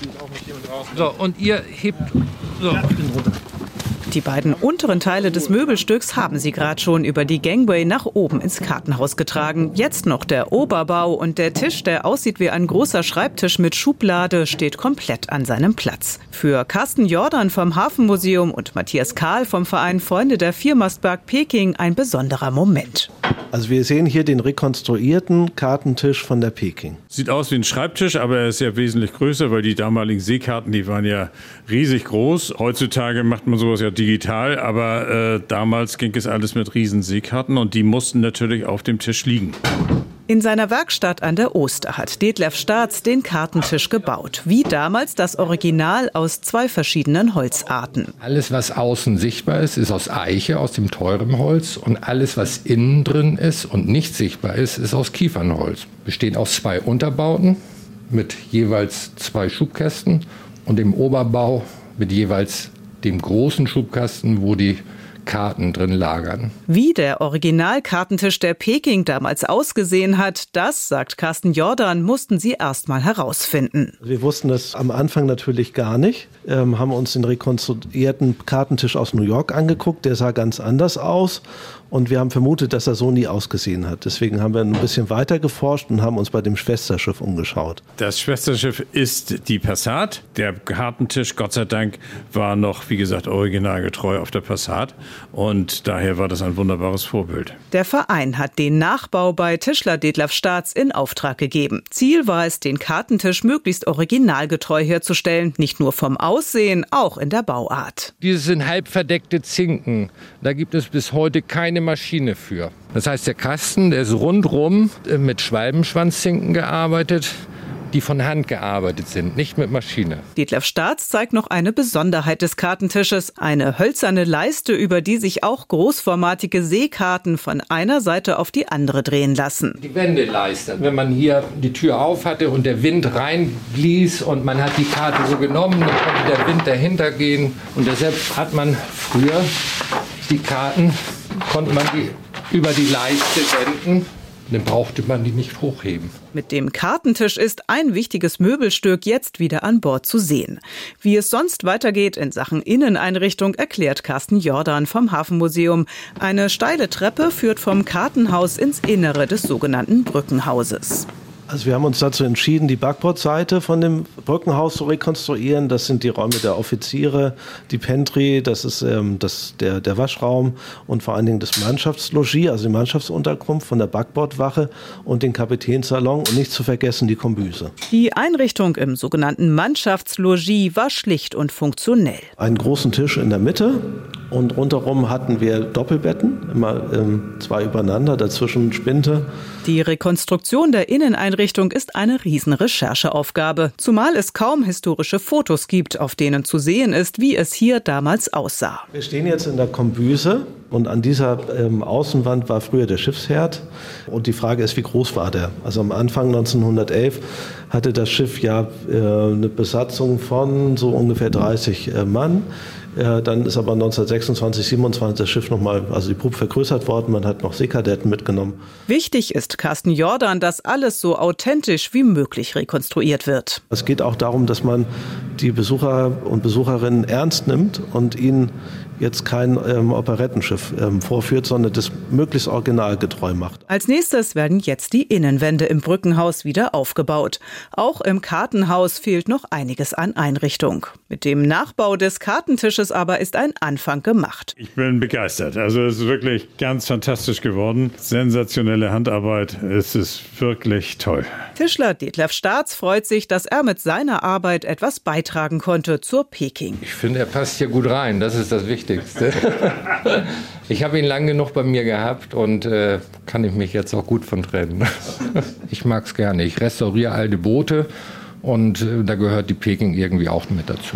So, und ihr hebt so. Die beiden unteren Teile des Möbelstücks haben sie gerade schon über die Gangway nach oben ins Kartenhaus getragen. Jetzt noch der Oberbau und der Tisch, der aussieht wie ein großer Schreibtisch mit Schublade, steht komplett an seinem Platz. Für Carsten Jordan vom Hafenmuseum und Matthias Kahl vom Verein Freunde der Viermastberg Peking ein besonderer Moment. Also wir sehen hier den rekonstruierten Kartentisch von der Peking. Sieht aus wie ein Schreibtisch, aber er ist ja wesentlich größer, weil die damaligen Seekarten, die waren ja riesig groß. Heutzutage macht man sowas ja digital, aber äh, damals ging es alles mit riesen Seekarten und die mussten natürlich auf dem Tisch liegen. In seiner Werkstatt an der Oster hat Detlef Staats den Kartentisch gebaut. Wie damals das Original aus zwei verschiedenen Holzarten. Alles, was außen sichtbar ist, ist aus Eiche, aus dem teuren Holz. Und alles, was innen drin ist und nicht sichtbar ist, ist aus Kiefernholz. Besteht aus zwei Unterbauten mit jeweils zwei Schubkästen und dem Oberbau mit jeweils dem großen Schubkasten, wo die Karten drin lagern. Wie der Originalkartentisch der Peking damals ausgesehen hat, das, sagt Carsten Jordan, mussten sie erst mal herausfinden. Wir wussten das am Anfang natürlich gar nicht, ähm, haben uns den rekonstruierten Kartentisch aus New York angeguckt, der sah ganz anders aus. Und wir haben vermutet, dass er so nie ausgesehen hat. Deswegen haben wir ein bisschen weiter geforscht und haben uns bei dem Schwesterschiff umgeschaut. Das Schwesterschiff ist die Passat. Der Kartentisch, Gott sei Dank, war noch, wie gesagt, originalgetreu auf der Passat. Und daher war das ein wunderbares Vorbild. Der Verein hat den Nachbau bei Tischler Detlef Staats in Auftrag gegeben. Ziel war es, den Kartentisch möglichst originalgetreu herzustellen. Nicht nur vom Aussehen, auch in der Bauart. Diese sind halb verdeckte Zinken. Da gibt es bis heute keine Maschine für. Das heißt, der Kasten, der ist rundrum mit Schwalbenschwanzzinken gearbeitet die von Hand gearbeitet sind, nicht mit Maschine. Detlef Staats zeigt noch eine Besonderheit des Kartentisches. Eine hölzerne Leiste, über die sich auch großformatige Seekarten von einer Seite auf die andere drehen lassen. Die Wendeleiste. Wenn man hier die Tür auf hatte und der Wind reinblies und man hat die Karte so genommen, dann konnte der Wind dahinter gehen. Und deshalb hat man früher die Karten, konnte man die über die Leiste wenden. Dann brauchte man die nicht hochheben. Mit dem Kartentisch ist ein wichtiges Möbelstück jetzt wieder an Bord zu sehen. Wie es sonst weitergeht in Sachen Inneneinrichtung, erklärt Carsten Jordan vom Hafenmuseum. Eine steile Treppe führt vom Kartenhaus ins Innere des sogenannten Brückenhauses. Also wir haben uns dazu entschieden, die Backbordseite von dem Brückenhaus zu rekonstruieren. Das sind die Räume der Offiziere, die Pentry, das ist ähm, das, der, der Waschraum und vor allen Dingen das Mannschaftslogis, also die Mannschaftsunterkunft von der Backbordwache und den Kapitänssalon und nicht zu vergessen die Kombüse. Die Einrichtung im sogenannten Mannschaftslogis war schlicht und funktionell. Einen großen Tisch in der Mitte und rundherum hatten wir Doppelbetten, immer ähm, zwei übereinander, dazwischen Spinte. Die Rekonstruktion der Inneneinrichtung ist eine Riesenrechercheaufgabe, zumal es kaum historische Fotos gibt, auf denen zu sehen ist, wie es hier damals aussah. Wir stehen jetzt in der Kombüse und an dieser ähm, Außenwand war früher der Schiffsherd und die Frage ist, wie groß war der? Also am Anfang neunzehnhundertelf hatte das Schiff ja äh, eine Besatzung von so ungefähr dreißig äh, Mann. Ja, dann ist aber neunzehnhundertsechsundzwanzig, siebenundzwanzig das Schiff nochmal, also die Puppe vergrößert worden. Man hat noch Seekadetten mitgenommen. Wichtig ist Carsten Jordan, dass alles so authentisch wie möglich rekonstruiert wird. Es geht auch darum, dass man die Besucher und Besucherinnen ernst nimmt und ihnen jetzt kein ähm, Operettenschiff ähm, vorführt, sondern das möglichst originalgetreu macht. Als nächstes werden jetzt die Innenwände im Brückenhaus wieder aufgebaut. Auch im Kartenhaus fehlt noch einiges an Einrichtung. Mit dem Nachbau des Kartentisches aber ist ein Anfang gemacht. Ich bin begeistert. Also es ist wirklich ganz fantastisch geworden. Sensationelle Handarbeit. Es ist wirklich toll. Tischler Detlef Staats freut sich, dass er mit seiner Arbeit etwas beitragen konnte zur Peking. Ich finde, er passt hier gut rein. Das ist das Wichtigste. Ich habe ihn lang genug bei mir gehabt und äh, kann ich mich jetzt auch gut von trennen. Ich mag es gerne. Ich restauriere alte Boote und äh, da gehört die Peking irgendwie auch mit dazu.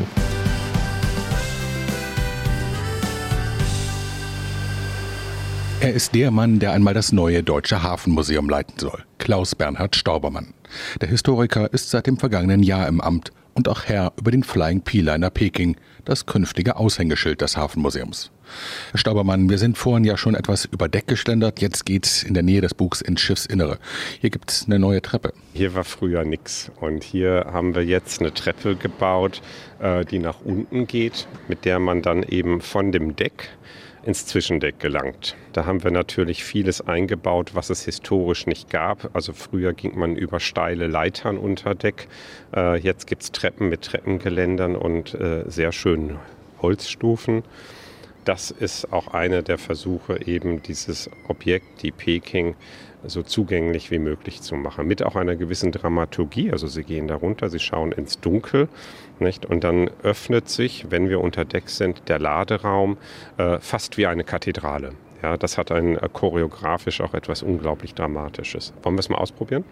Er ist der Mann, der einmal das neue Deutsche Hafenmuseum leiten soll, Klaus Bernhard Staubermann. Der Historiker ist seit dem vergangenen Jahr im Amt und auch Herr über den Flying P-Liner Peking, das künftige Aushängeschild des Hafenmuseums. Herr Staubermann, wir sind vorhin ja schon etwas über Deck geschlendert, jetzt geht's in der Nähe des Bugs ins Schiffsinnere. Hier gibt's eine neue Treppe. Hier war früher nichts und hier haben wir jetzt eine Treppe gebaut, die nach unten geht, mit der man dann eben von dem Deck ins Zwischendeck gelangt. Da haben wir natürlich vieles eingebaut, was es historisch nicht gab. Also früher ging man über steile Leitern unter Deck. Äh, jetzt gibt es Treppen mit Treppengeländern und äh, sehr schönen Holzstufen. Das ist auch einer der Versuche, eben dieses Objekt, die Peking, so zugänglich wie möglich zu machen. Mit auch einer gewissen Dramaturgie. Also sie gehen da runter, sie schauen ins Dunkel. Nicht? Und dann öffnet sich, wenn wir unter Deck sind, der Laderaum äh, fast wie eine Kathedrale. Ja, das hat ein äh, choreografisch auch etwas unglaublich Dramatisches. Wollen wir es mal ausprobieren?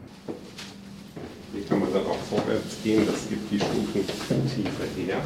Hier kann man dann auch vorwärts gehen, das gibt die Stufen tiefer her.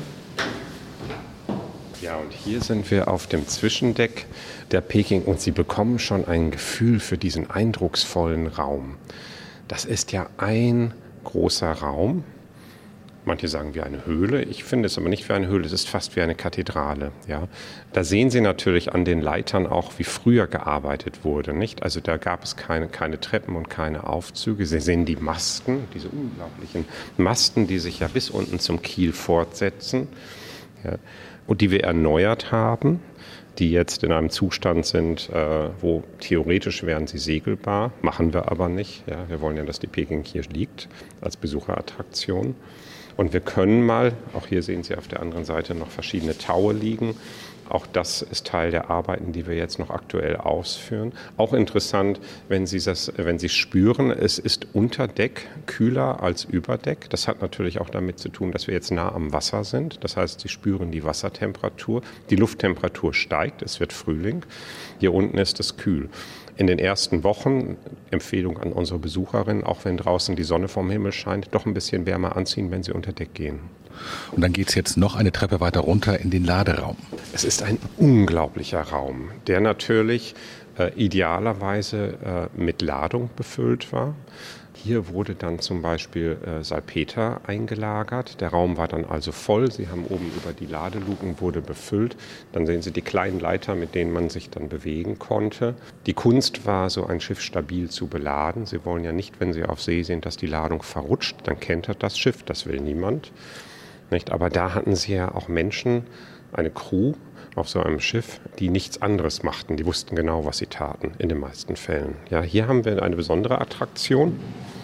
Ja, und hier sind wir auf dem Zwischendeck der Peking und Sie bekommen schon ein Gefühl für diesen eindrucksvollen Raum. Das ist ja ein großer Raum. Manche sagen wie eine Höhle. Ich finde es aber nicht wie eine Höhle, es ist fast wie eine Kathedrale. Ja. Da sehen Sie natürlich an den Leitern auch, wie früher gearbeitet wurde. Nicht? Also da gab es keine, keine Treppen und keine Aufzüge. Sie sehen die Masten, diese unglaublichen Masten, die sich ja bis unten zum Kiel fortsetzen. Ja. Und die wir erneuert haben, die jetzt in einem Zustand sind, äh, wo theoretisch wären sie segelbar, machen wir aber nicht. Ja, wir wollen ja, dass die Peking hier liegt als Besucherattraktion. Und wir können mal, auch hier sehen Sie auf der anderen Seite noch verschiedene Taue liegen. Auch das ist Teil der Arbeiten, die wir jetzt noch aktuell ausführen. Auch interessant, wenn Sie das, wenn Sie spüren, es ist unter Deck kühler als über Deck. Das hat natürlich auch damit zu tun, dass wir jetzt nah am Wasser sind. Das heißt, Sie spüren die Wassertemperatur. Die Lufttemperatur steigt, es wird Frühling. Hier unten ist es kühl. in den ersten Wochen, Empfehlung an unsere Besucherinnen, auch wenn draußen die Sonne vom Himmel scheint, doch ein bisschen wärmer anziehen, wenn sie unter Deck gehen. Und dann geht es jetzt noch eine Treppe weiter runter in den Laderaum. Es ist ein unglaublicher Raum, der natürlich äh, idealerweise äh, mit Ladung befüllt war. Hier wurde dann zum Beispiel äh, Salpeter eingelagert. Der Raum war dann also voll. Sie haben oben über die Ladeluken wurde befüllt. Dann sehen Sie die kleinen Leiter, mit denen man sich dann bewegen konnte. Die Kunst war, so ein Schiff stabil zu beladen. Sie wollen ja nicht, wenn Sie auf See sind, dass die Ladung verrutscht. Dann kentert das Schiff. Das will niemand. Nicht? Aber da hatten Sie ja auch Menschen, eine Crew auf so einem Schiff, die nichts anderes machten. Die wussten genau, was sie taten, in den meisten Fällen. Ja, hier haben wir eine besondere Attraktion.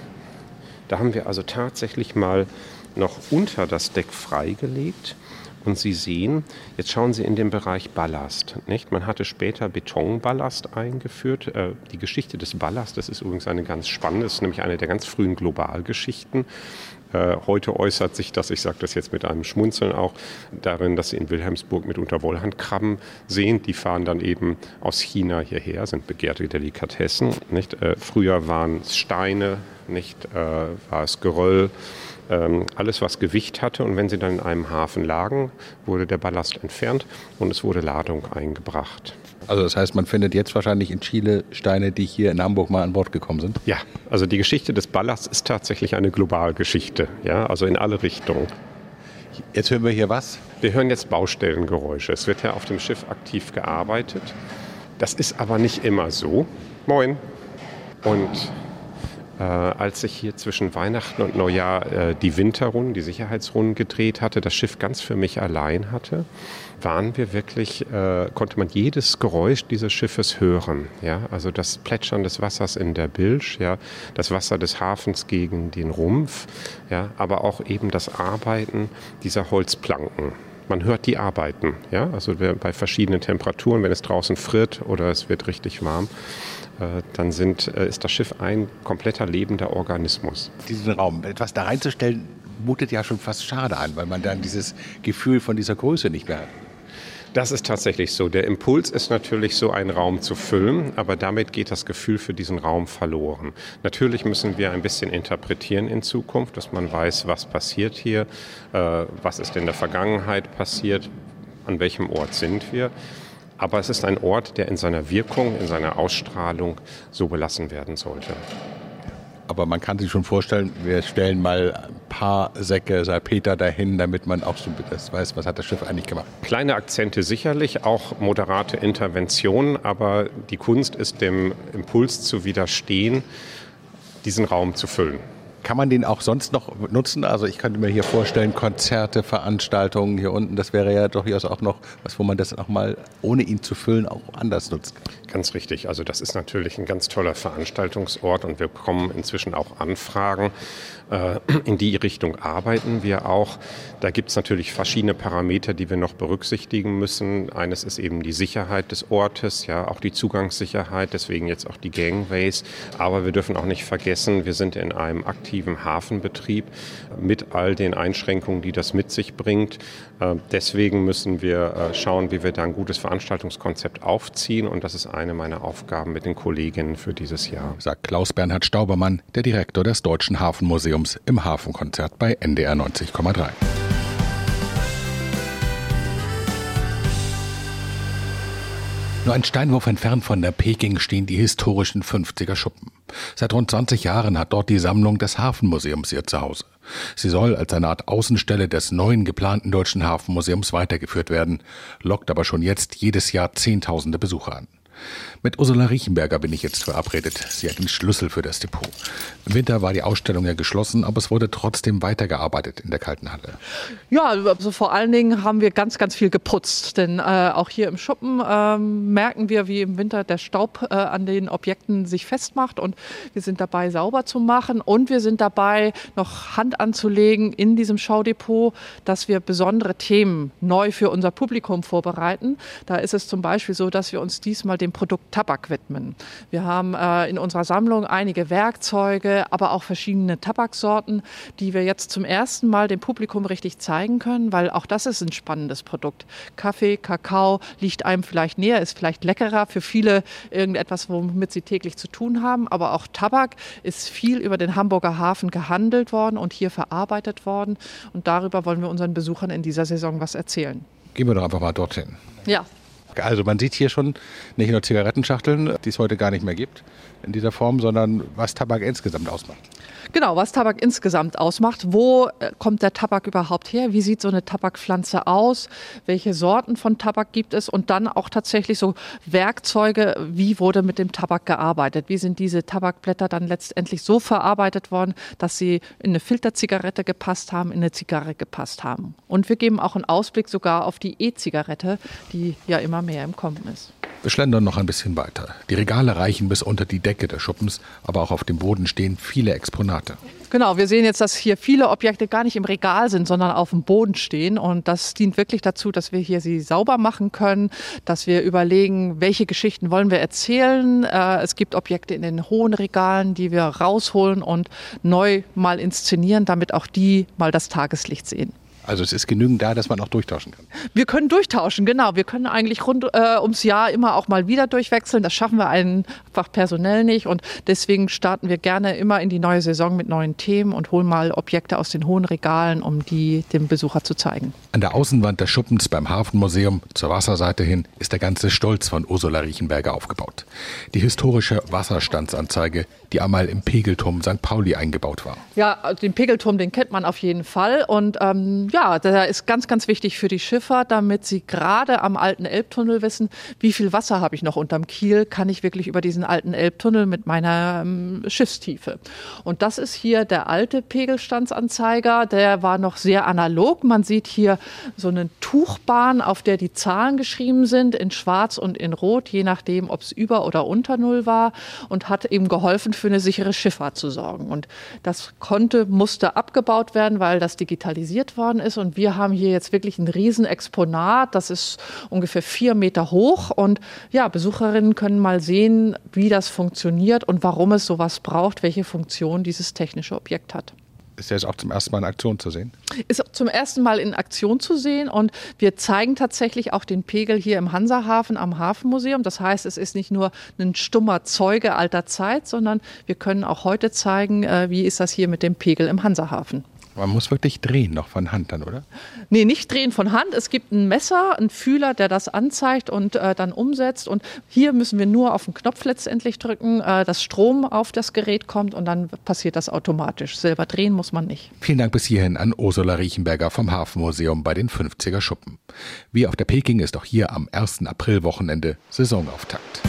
Da haben wir also tatsächlich mal noch unter das Deck freigelegt. Und Sie sehen, jetzt schauen Sie in den Bereich Ballast. Nicht? Man hatte später Betonballast eingeführt. Äh, die Geschichte des Ballastes ist übrigens eine ganz spannende, ist nämlich eine der ganz frühen Globalgeschichten. Äh, heute äußert sich das, ich sage das jetzt mit einem Schmunzeln auch, darin, dass Sie in Wilhelmsburg mitunter Wollhandkrabben sehen. Die fahren dann eben aus China hierher, sind begehrte Delikatessen. Nicht? Äh, früher waren es Steine, nicht, äh, war es Geröll. Alles, was Gewicht hatte, und wenn sie dann in einem Hafen lagen, wurde der Ballast entfernt und es wurde Ladung eingebracht. Also das heißt, man findet jetzt wahrscheinlich in Chile Steine, die hier in Hamburg mal an Bord gekommen sind? Ja, also die Geschichte des Ballasts ist tatsächlich eine Globalgeschichte, ja, also in alle Richtungen. Jetzt hören wir hier was? Wir hören jetzt Baustellengeräusche. Es wird ja auf dem Schiff aktiv gearbeitet. Das ist aber nicht immer so. Moin. Und Äh, als ich hier zwischen Weihnachten und Neujahr äh, die Winterrunden, die Sicherheitsrunden gedreht hatte, das Schiff ganz für mich allein hatte, waren wir wirklich, äh, konnte man jedes Geräusch dieses Schiffes hören. Ja? Also das Plätschern des Wassers in der Bilge, ja? Das Wasser des Hafens gegen den Rumpf, ja? Aber auch eben das Arbeiten dieser Holzplanken. Man hört die arbeiten, ja? Also bei verschiedenen Temperaturen, wenn es draußen friert oder es wird richtig warm, dann sind, ist das Schiff ein kompletter lebender Organismus. Diesen Raum, etwas da reinzustellen, mutet ja schon fast schade an, weil man dann dieses Gefühl von dieser Größe nicht mehr hat. Das ist tatsächlich so. Der Impuls ist natürlich so, einen Raum zu füllen, aber damit geht das Gefühl für diesen Raum verloren. Natürlich müssen wir ein bisschen interpretieren in Zukunft, dass man weiß, was passiert hier, äh, was ist in der Vergangenheit passiert, an welchem Ort sind wir. Aber es ist ein Ort, der in seiner Wirkung, in seiner Ausstrahlung so belassen werden sollte. Aber man kann sich schon vorstellen, wir stellen mal ein paar Säcke Salpeter dahin, damit man auch so weiß, was hat das Schiff eigentlich gemacht. Kleine Akzente sicherlich, auch moderate Interventionen, aber die Kunst ist dem Impuls zu widerstehen, diesen Raum zu füllen. Kann man den auch sonst noch nutzen? Also ich könnte mir hier vorstellen, Konzerte, Veranstaltungen hier unten, das wäre ja durchaus auch noch was, wo man das auch mal, ohne ihn zu füllen, auch anders nutzt. Ganz richtig. Also das ist natürlich ein ganz toller Veranstaltungsort und wir bekommen inzwischen auch Anfragen. In die Richtung arbeiten wir auch. Da gibt es natürlich verschiedene Parameter, die wir noch berücksichtigen müssen. Eines ist eben die Sicherheit des Ortes, ja, auch die Zugangssicherheit, deswegen jetzt auch die Gangways. Aber wir dürfen auch nicht vergessen, wir sind in einem aktiven Hafenbetrieb mit all den Einschränkungen, die das mit sich bringt. Deswegen müssen wir schauen, wie wir da ein gutes Veranstaltungskonzept aufziehen. Und das ist eine meiner Aufgaben mit den Kolleginnen für dieses Jahr. Sagt Klaus-Bernhard Staubermann, der Direktor des Deutschen Hafenmuseums im Hafenkonzert bei N D R neunzig Komma drei. Nur ein Steinwurf entfernt von der Peking stehen die historischen fünfziger Schuppen. Seit rund zwanzig Jahren hat dort die Sammlung des Hafenmuseums ihr Zuhause. Sie soll als eine Art Außenstelle des neuen geplanten Deutschen Hafenmuseums weitergeführt werden, lockt aber schon jetzt jedes Jahr Zehntausende Besucher an. Mit Ursula Riechenberger bin ich jetzt verabredet. Sie hat den Schlüssel für das Depot. Im Winter war die Ausstellung ja geschlossen, aber es wurde trotzdem weitergearbeitet in der Kalten Halle. Ja, also vor allen Dingen haben wir ganz, ganz viel geputzt. Denn äh, auch hier im Schuppen äh, merken wir, wie im Winter der Staub äh, an den Objekten sich festmacht. Und wir sind dabei, sauber zu machen. Und wir sind dabei, noch Hand anzulegen in diesem Schaudepot, dass wir besondere Themen neu für unser Publikum vorbereiten. Da ist es zum Beispiel so, dass wir uns diesmal dem dem Produkt Tabak widmen. Wir haben äh, in unserer Sammlung einige Werkzeuge, aber auch verschiedene Tabaksorten, die wir jetzt zum ersten Mal dem Publikum richtig zeigen können, weil auch das ist ein spannendes Produkt. Kaffee, Kakao liegt einem vielleicht näher, ist vielleicht leckerer, für viele irgendetwas, womit sie täglich zu tun haben, aber auch Tabak ist viel über den Hamburger Hafen gehandelt worden und hier verarbeitet worden und darüber wollen wir unseren Besuchern in dieser Saison was erzählen. Gehen wir doch einfach mal dorthin. Ja. Also man sieht hier schon nicht nur Zigarettenschachteln, die es heute gar nicht mehr gibt in dieser Form, sondern was Tabak insgesamt ausmacht. Genau, was Tabak insgesamt ausmacht. Wo kommt der Tabak überhaupt her? Wie sieht so eine Tabakpflanze aus? Welche Sorten von Tabak gibt es? Und dann auch tatsächlich so Werkzeuge, wie wurde mit dem Tabak gearbeitet? Wie sind diese Tabakblätter dann letztendlich so verarbeitet worden, dass sie in eine Filterzigarette gepasst haben, in eine Zigarre gepasst haben? Und wir geben auch einen Ausblick sogar auf die E-Zigarette, die ja immer mehr im Kommen ist. Wir schlendern noch ein bisschen weiter. Die Regale reichen bis unter die Decke des Schuppens, aber auch auf dem Boden stehen viele Exponate. Genau, wir sehen jetzt, dass hier viele Objekte gar nicht im Regal sind, sondern auf dem Boden stehen. Und das dient wirklich dazu, dass wir hier sie sauber machen können, dass wir überlegen, welche Geschichten wollen wir erzählen. Äh, es gibt Objekte in den hohen Regalen, die wir rausholen und neu mal inszenieren, damit auch die mal das Tageslicht sehen. Also es ist genügend da, dass man auch durchtauschen kann. Wir können durchtauschen, genau. Wir können eigentlich rund äh, ums Jahr immer auch mal wieder durchwechseln. Das schaffen wir einfach personell nicht. Und deswegen starten wir gerne immer in die neue Saison mit neuen Themen und holen mal Objekte aus den hohen Regalen, um die dem Besucher zu zeigen. An der Außenwand des Schuppens beim Hafenmuseum zur Wasserseite hin ist der ganze Stolz von Ursula Riechenberger aufgebaut. Die historische Wasserstandsanzeige, die einmal im Pegelturm Sankt Pauli eingebaut war. Ja, den Pegelturm, den kennt man auf jeden Fall. Und ähm, ja, Ja, der ist ganz, ganz wichtig für die Schiffer, damit sie gerade am alten Elbtunnel wissen, wie viel Wasser habe ich noch unterm Kiel, kann ich wirklich über diesen alten Elbtunnel mit meiner ähm, Schiffstiefe. Und das ist hier der alte Pegelstandsanzeiger, der war noch sehr analog. Man sieht hier so eine Tuchbahn, auf der die Zahlen geschrieben sind, in schwarz und in rot, je nachdem, ob es über oder unter Null war und hat eben geholfen, für eine sichere Schifffahrt zu sorgen. Und das konnte, musste abgebaut werden, weil das digitalisiert worden ist. Und wir haben hier jetzt wirklich ein Riesenexponat, das ist ungefähr vier Meter hoch. Und ja, Besucherinnen können mal sehen, wie das funktioniert und warum es sowas braucht, welche Funktion dieses technische Objekt hat. Ist ja jetzt auch zum ersten Mal in Aktion zu sehen? Ist zum ersten Mal in Aktion zu sehen und wir zeigen tatsächlich auch den Pegel hier im Hansahafen am Hafenmuseum. Das heißt, es ist nicht nur ein stummer Zeuge alter Zeit, sondern wir können auch heute zeigen, wie ist das hier mit dem Pegel im Hansahafen. Man muss wirklich drehen, noch von Hand dann, oder? Nee, nicht drehen von Hand. Es gibt ein Messer, einen Fühler, der das anzeigt und äh, dann umsetzt. Und hier müssen wir nur auf den Knopf letztendlich drücken, äh, dass Strom auf das Gerät kommt und dann passiert das automatisch. Selber drehen muss man nicht. Vielen Dank bis hierhin an Ursula Riechenberger vom Hafenmuseum bei den fünfziger Schuppen. Wie auf der Peking ist auch hier am ersten Aprilwochenende Saisonauftakt.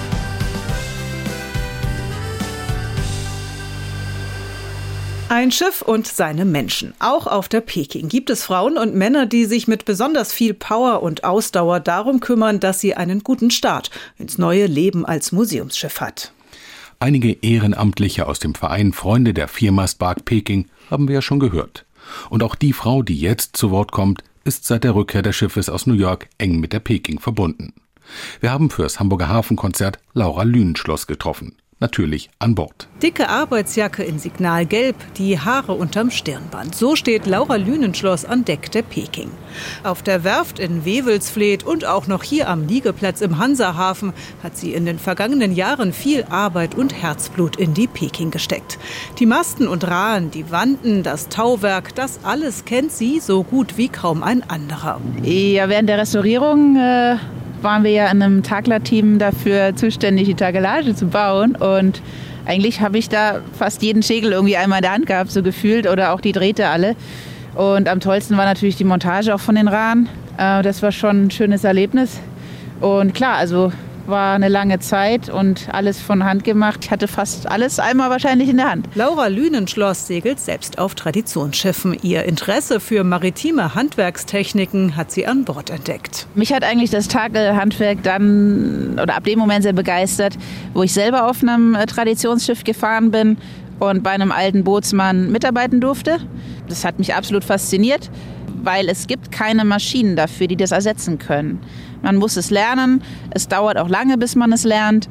Ein Schiff und seine Menschen. Auch auf der Peking gibt es Frauen und Männer, die sich mit besonders viel Power und Ausdauer darum kümmern, dass sie einen guten Start ins neue Leben als Museumsschiff hat. Einige Ehrenamtliche aus dem Verein Freunde der Viermastbark Peking haben wir ja schon gehört. Und auch die Frau, die jetzt zu Wort kommt, ist seit der Rückkehr des Schiffes aus New York eng mit der Peking verbunden. Wir haben fürs Hamburger Hafenkonzert Laura Lünenschloss getroffen. Natürlich an Bord. Dicke Arbeitsjacke in Signalgelb, die Haare unterm Stirnband. So steht Laura Lünenschloss an Deck der Peking. Auf der Werft in Wewelsfleth und auch noch hier am Liegeplatz im Hansahafen hat sie in den vergangenen Jahren viel Arbeit und Herzblut in die Peking gesteckt. Die Masten und Rahen, die Wanten, das Tauwerk, das alles kennt sie so gut wie kaum ein anderer. Ja, während der Restaurierung äh waren wir ja in einem Takler-Team dafür zuständig, die Takelage zu bauen. Und eigentlich habe ich da fast jeden Schägel irgendwie einmal in der Hand gehabt, so gefühlt, oder auch die Drähte alle. Und am tollsten war natürlich die Montage auch von den Rahen. Das war schon ein schönes Erlebnis. Und klar, also war eine lange Zeit und alles von Hand gemacht. Ich hatte fast alles einmal wahrscheinlich in der Hand. Laura Lünenschloss segelt selbst auf Traditionsschiffen. Ihr Interesse für maritime Handwerkstechniken hat sie an Bord entdeckt. Mich hat eigentlich das Takelhandwerk dann oder ab dem Moment sehr begeistert, wo ich selber auf einem Traditionsschiff gefahren bin und bei einem alten Bootsmann mitarbeiten durfte. Das hat mich absolut fasziniert. weil es gibt keine Maschinen dafür, die das ersetzen können. Man muss es lernen, es dauert auch lange, bis man es lernt.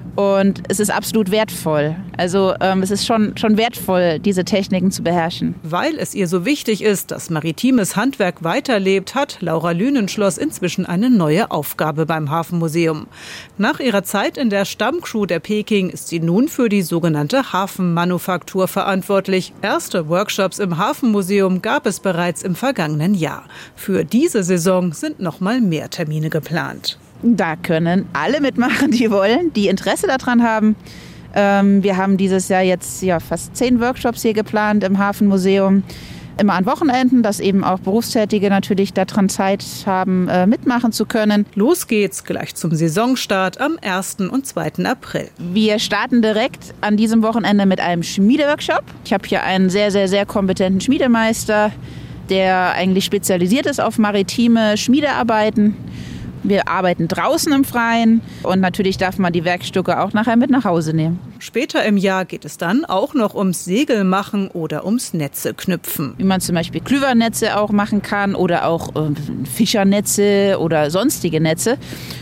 Und es ist absolut wertvoll. Also ähm, es ist schon, schon wertvoll, diese Techniken zu beherrschen. Weil es ihr so wichtig ist, dass maritimes Handwerk weiterlebt, hat Laura Lünenschloss inzwischen eine neue Aufgabe beim Hafenmuseum. Nach ihrer Zeit in der Stammcrew der Peking ist sie nun für die sogenannte Hafenmanufaktur verantwortlich. Erste Workshops im Hafenmuseum gab es bereits im vergangenen Jahr. Für diese Saison sind noch mal mehr Termine geplant. Da können alle mitmachen, die wollen, die Interesse daran haben. Ähm, wir haben dieses Jahr jetzt ja fast zehn Workshops hier geplant im Hafenmuseum. Immer an Wochenenden, dass eben auch Berufstätige natürlich daran Zeit haben, äh, mitmachen zu können. Los geht's gleich zum Saisonstart am ersten und zweiten April. Wir starten direkt an diesem Wochenende mit einem Schmiedeworkshop. Ich habe hier einen sehr, sehr, sehr kompetenten Schmiedemeister, der eigentlich spezialisiert ist auf maritime Schmiedearbeiten. Wir arbeiten draußen im Freien und natürlich darf man die Werkstücke auch nachher mit nach Hause nehmen. Später im Jahr geht es dann auch noch ums Segelmachen oder ums Netze knüpfen. Wie man zum Beispiel Klüvernetze auch machen kann oder auch äh, Fischernetze oder sonstige Netze.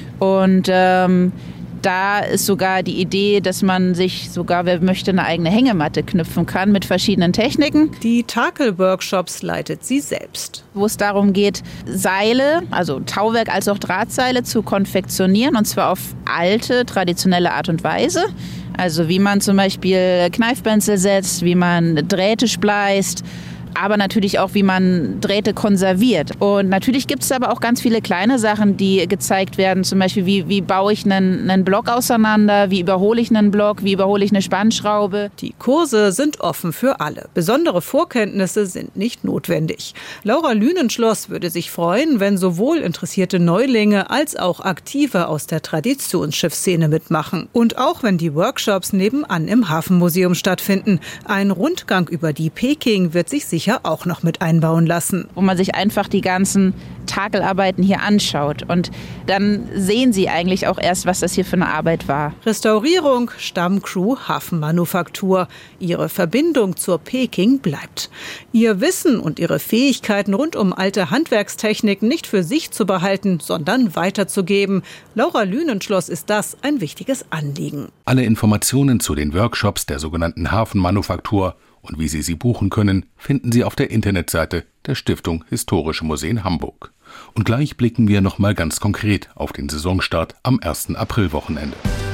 Und ähm, da ist sogar die Idee, dass man sich sogar, wer möchte, eine eigene Hängematte knüpfen kann mit verschiedenen Techniken. Die Takel-Workshops leitet sie selbst. Wo es darum geht, Seile, also Tauwerk als auch Drahtseile zu konfektionieren, und zwar auf alte, traditionelle Art und Weise. Also wie man zum Beispiel Kneifbenzel setzt, wie man Drähte spleißt, aber natürlich auch, wie man Drähte konserviert. Und natürlich gibt es aber auch ganz viele kleine Sachen, die gezeigt werden. Zum Beispiel, wie, wie baue ich einen, einen Block auseinander, wie überhole ich einen Block, wie überhole ich eine Spannschraube. Die Kurse sind offen für alle. Besondere Vorkenntnisse sind nicht notwendig. Laura Lünenschloss würde sich freuen, wenn sowohl interessierte Neulinge als auch Aktive aus der Traditionsschiffsszene mitmachen. Und auch wenn die Workshops nebenan im Hafenmuseum stattfinden. Ein Rundgang über die Peking wird sich sicher auch noch mit einbauen lassen. Wo man sich einfach die ganzen Takelarbeiten hier anschaut. Und dann sehen Sie eigentlich auch erst, was das hier für eine Arbeit war. Restaurierung, Stammcrew, Hafenmanufaktur. Ihre Verbindung zur Peking bleibt. Ihr Wissen und ihre Fähigkeiten rund um alte Handwerkstechniken nicht für sich zu behalten, sondern weiterzugeben. Laura Lünenschloss ist das ein wichtiges Anliegen. Alle Informationen zu den Workshops der sogenannten Hafenmanufaktur und wie Sie sie buchen können, finden Sie auf der Internetseite der Stiftung Historische Museen Hamburg. Und gleich blicken wir noch mal ganz konkret auf den Saisonstart am ersten Aprilwochenende.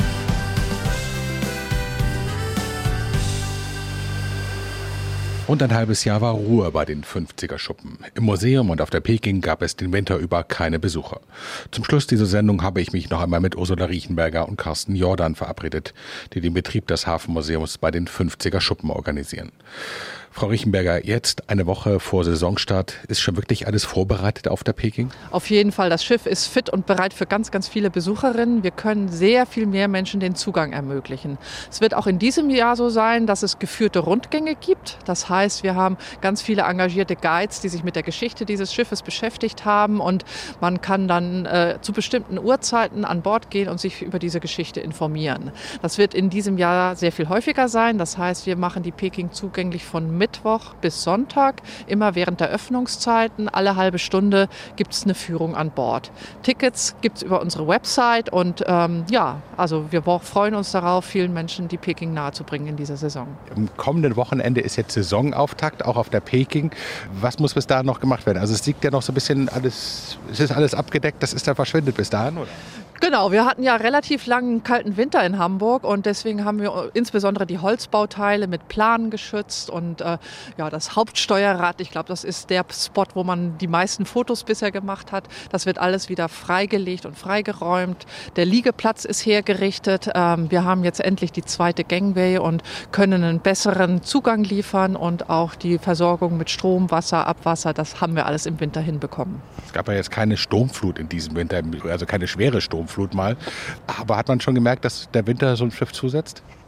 Und ein halbes Jahr war Ruhe bei den fünfziger Schuppen. Im Museum und auf der Peking gab es den Winter über keine Besucher. Zum Schluss dieser Sendung habe ich mich noch einmal mit Ursula Riechenberger und Carsten Jordan verabredet, die den Betrieb des Hafenmuseums bei den fünfziger Schuppen organisieren. Frau Riechenberger, jetzt eine Woche vor Saisonstart, ist schon wirklich alles vorbereitet auf der Peking? Auf jeden Fall, das Schiff ist fit und bereit für ganz, ganz viele Besucherinnen. Wir können sehr viel mehr Menschen den Zugang ermöglichen. Es wird auch in diesem Jahr so sein, dass es geführte Rundgänge gibt. Das heißt, wir haben ganz viele engagierte Guides, die sich mit der Geschichte dieses Schiffes beschäftigt haben, und man kann dann äh, zu bestimmten Uhrzeiten an Bord gehen und sich über diese Geschichte informieren. Das wird in diesem Jahr sehr viel häufiger sein. Das heißt, wir machen die Peking zugänglich von Mittwoch bis Sonntag, immer während der Öffnungszeiten. Alle halbe Stunde gibt es eine Führung an Bord. Tickets gibt es über unsere Website, und ähm, ja, also wir freuen uns darauf, vielen Menschen die Peking nahezubringen in dieser Saison. Am kommenden Wochenende ist jetzt Saisonauftakt, auch auf der Peking. Was muss bis dahin noch gemacht werden? Also es liegt ja noch so ein bisschen alles, es ist alles abgedeckt, das ist dann verschwindet bis dahin, oder? Genau, wir hatten ja relativ langen kalten Winter in Hamburg, und deswegen haben wir insbesondere die Holzbauteile mit Planen geschützt, und äh, ja, das Hauptsteuerrad, ich glaube, das ist der Spot, wo man die meisten Fotos bisher gemacht hat. Das wird alles wieder freigelegt und freigeräumt. Der Liegeplatz ist hergerichtet. Ähm, wir haben jetzt endlich die zweite Gangway und können einen besseren Zugang liefern, und auch die Versorgung mit Strom, Wasser, Abwasser, das haben wir alles im Winter hinbekommen. Es gab ja jetzt keine Sturmflut in diesem Winter, also keine schwere Sturmflut. Flut mal. Aber hat man schon gemerkt, dass der Winter so ein Schiff zusetzt?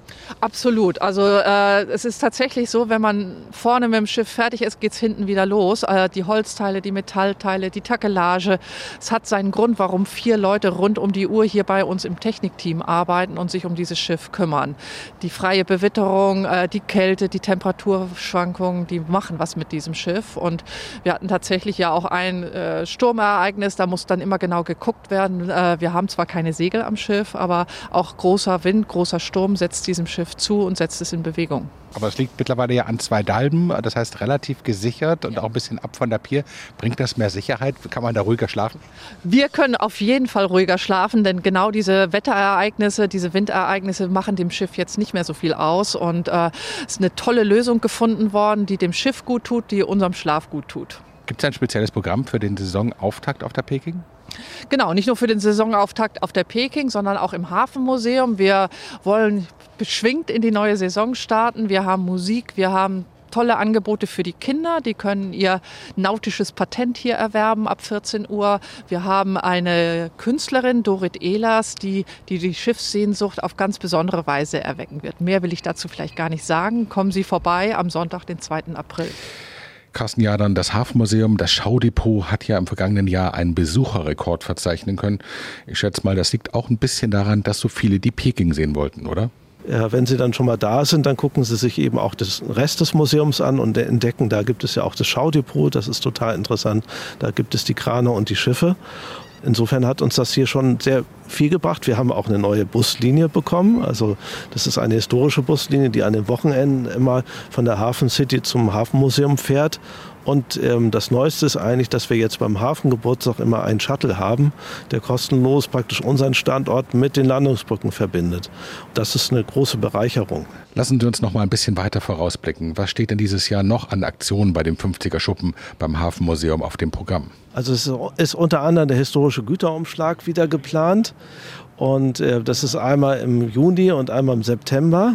Absolut. Also äh, es ist tatsächlich so, wenn man vorne mit dem Schiff fertig ist, geht's hinten wieder los. Äh, die Holzteile, die Metallteile, die Takelage. Es hat seinen Grund, warum vier Leute rund um die Uhr hier bei uns im Technikteam arbeiten und sich um dieses Schiff kümmern. Die freie Bewitterung, äh, die Kälte, die Temperaturschwankungen, die machen was mit diesem Schiff. Und wir hatten tatsächlich ja auch ein äh, Sturmereignis, da muss dann immer genau geguckt werden. Äh, wir haben zwar keine Segel am Schiff, aber auch großer Wind, großer Sturm setzt diesem Schiff zu und setzt es in Bewegung. Aber es liegt mittlerweile ja an zwei Dalben, das heißt relativ gesichert und auch ein bisschen ab von der Pier. Bringt das mehr Sicherheit? Kann man da ruhiger schlafen? Wir können auf jeden Fall ruhiger schlafen, denn genau diese Wetterereignisse, diese Windereignisse machen dem Schiff jetzt nicht mehr so viel aus. Und äh, es ist eine tolle Lösung gefunden worden, die dem Schiff gut tut, die unserem Schlaf gut tut. Gibt es ein spezielles Programm für den Saisonauftakt auf der Peking? Genau, nicht nur für den Saisonauftakt auf der Peking, sondern auch im Hafenmuseum. Wir wollen beschwingt in die neue Saison starten. Wir haben Musik, wir haben tolle Angebote für die Kinder. Die können ihr nautisches Patent hier erwerben ab vierzehn Uhr. Wir haben eine Künstlerin, Dorit Ehlers, die, die die Schiffssehnsucht auf ganz besondere Weise erwecken wird. Mehr will ich dazu vielleicht gar nicht sagen. Kommen Sie vorbei am Sonntag, den zweiten April. Carsten Jadern, das Hafenmuseum, das Schaudepot hat ja im vergangenen Jahr einen Besucherrekord verzeichnen können. Ich schätze mal, das liegt auch ein bisschen daran, dass so viele die Peking sehen wollten, oder? Ja, wenn Sie dann schon mal da sind, dann gucken Sie sich eben auch den Rest des Museums an und entdecken, da gibt es ja auch das Schaudepot, das ist total interessant. Da gibt es die Krane und die Schiffe. Insofern hat uns das hier schon sehr viel gebracht. Wir haben auch eine neue Buslinie bekommen. Also das ist eine historische Buslinie, die an den Wochenenden immer von der Hafen City zum Hafenmuseum fährt. Und ähm, das Neueste ist eigentlich, dass wir jetzt beim Hafengeburtstag immer einen Shuttle haben, der kostenlos praktisch unseren Standort mit den Landungsbrücken verbindet. Das ist eine große Bereicherung. Lassen Sie uns noch mal ein bisschen weiter vorausblicken. Was steht denn dieses Jahr noch an Aktionen bei dem fünfziger Schuppen beim Hafenmuseum auf dem Programm? Also es ist unter anderem der historische Güterumschlag wieder geplant. Und äh, das ist einmal im Juni und einmal im September.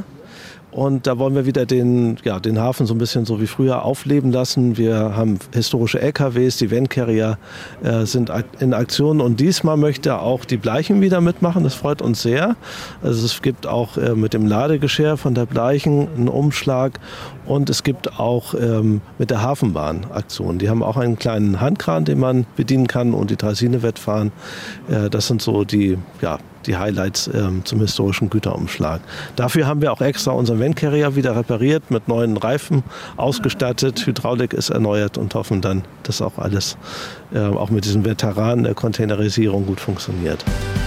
Und da wollen wir wieder den, ja, den Hafen so ein bisschen so wie früher aufleben lassen. Wir haben historische L K Ws, die Van-Carrier äh, sind in Aktion. Und diesmal möchte auch die Bleichen wieder mitmachen. Das freut uns sehr. Also es gibt auch äh, mit dem Ladegeschirr von der Bleichen einen Umschlag. Und es gibt auch ähm, mit der Hafenbahn Aktionen. Die haben auch einen kleinen Handkran, den man bedienen kann und die Draisine-Wettfahren. Äh, das sind so die, ja, die Highlights ähm, zum historischen Güterumschlag. Dafür haben wir auch extra unseren Van-Carrier wieder repariert, mit neuen Reifen ausgestattet. Hydraulik ist erneuert und hoffen dann, dass auch alles, äh, auch mit diesen Veteranen der Containerisierung gut funktioniert.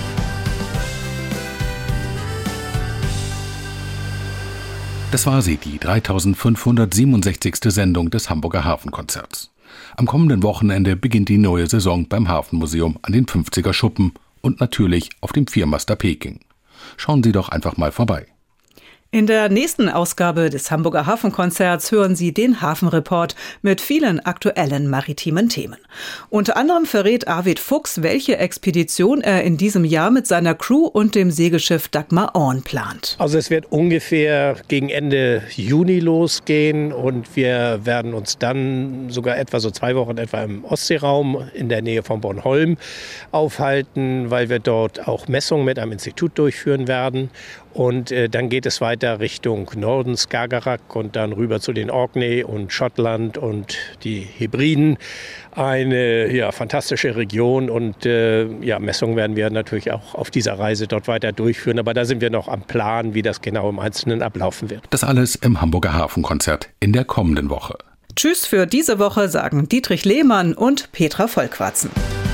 Das war sie, die dreitausendfünfhundertsiebenundsechzigste Sendung des Hamburger Hafenkonzerts. Am kommenden Wochenende beginnt die neue Saison beim Hafenmuseum an den fünfziger Schuppen und natürlich auf dem Viermaster Peking. Schauen Sie doch einfach mal vorbei. In der nächsten Ausgabe des Hamburger Hafenkonzerts hören Sie den Hafenreport mit vielen aktuellen maritimen Themen. Unter anderem verrät Arvid Fuchs, welche Expedition er in diesem Jahr mit seiner Crew und dem Segelschiff Dagmar Orn plant. Also es wird ungefähr gegen Ende Juni losgehen und wir werden uns dann sogar etwa so zwei Wochen etwa im Ostseeraum in der Nähe von Bornholm aufhalten, weil wir dort auch Messungen mit einem Institut durchführen werden. Und äh, dann geht es weiter Richtung Norden, Skagerrak und dann rüber zu den Orkney und Schottland und die Hebriden. Eine ja, fantastische Region und äh, ja, Messungen werden wir natürlich auch auf dieser Reise dort weiter durchführen. Aber da sind wir noch am Plan, wie das genau im Einzelnen ablaufen wird. Das alles im Hamburger Hafenkonzert in der kommenden Woche. Tschüss für diese Woche, sagen Dietrich Lehmann und Petra Vollquatzen.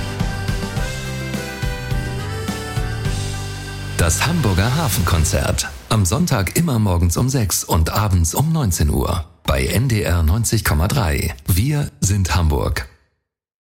Das Hamburger Hafenkonzert. Am Sonntag immer morgens um sechs und abends um neunzehn Uhr. Bei N D R neunzig Komma drei. Wir sind Hamburg.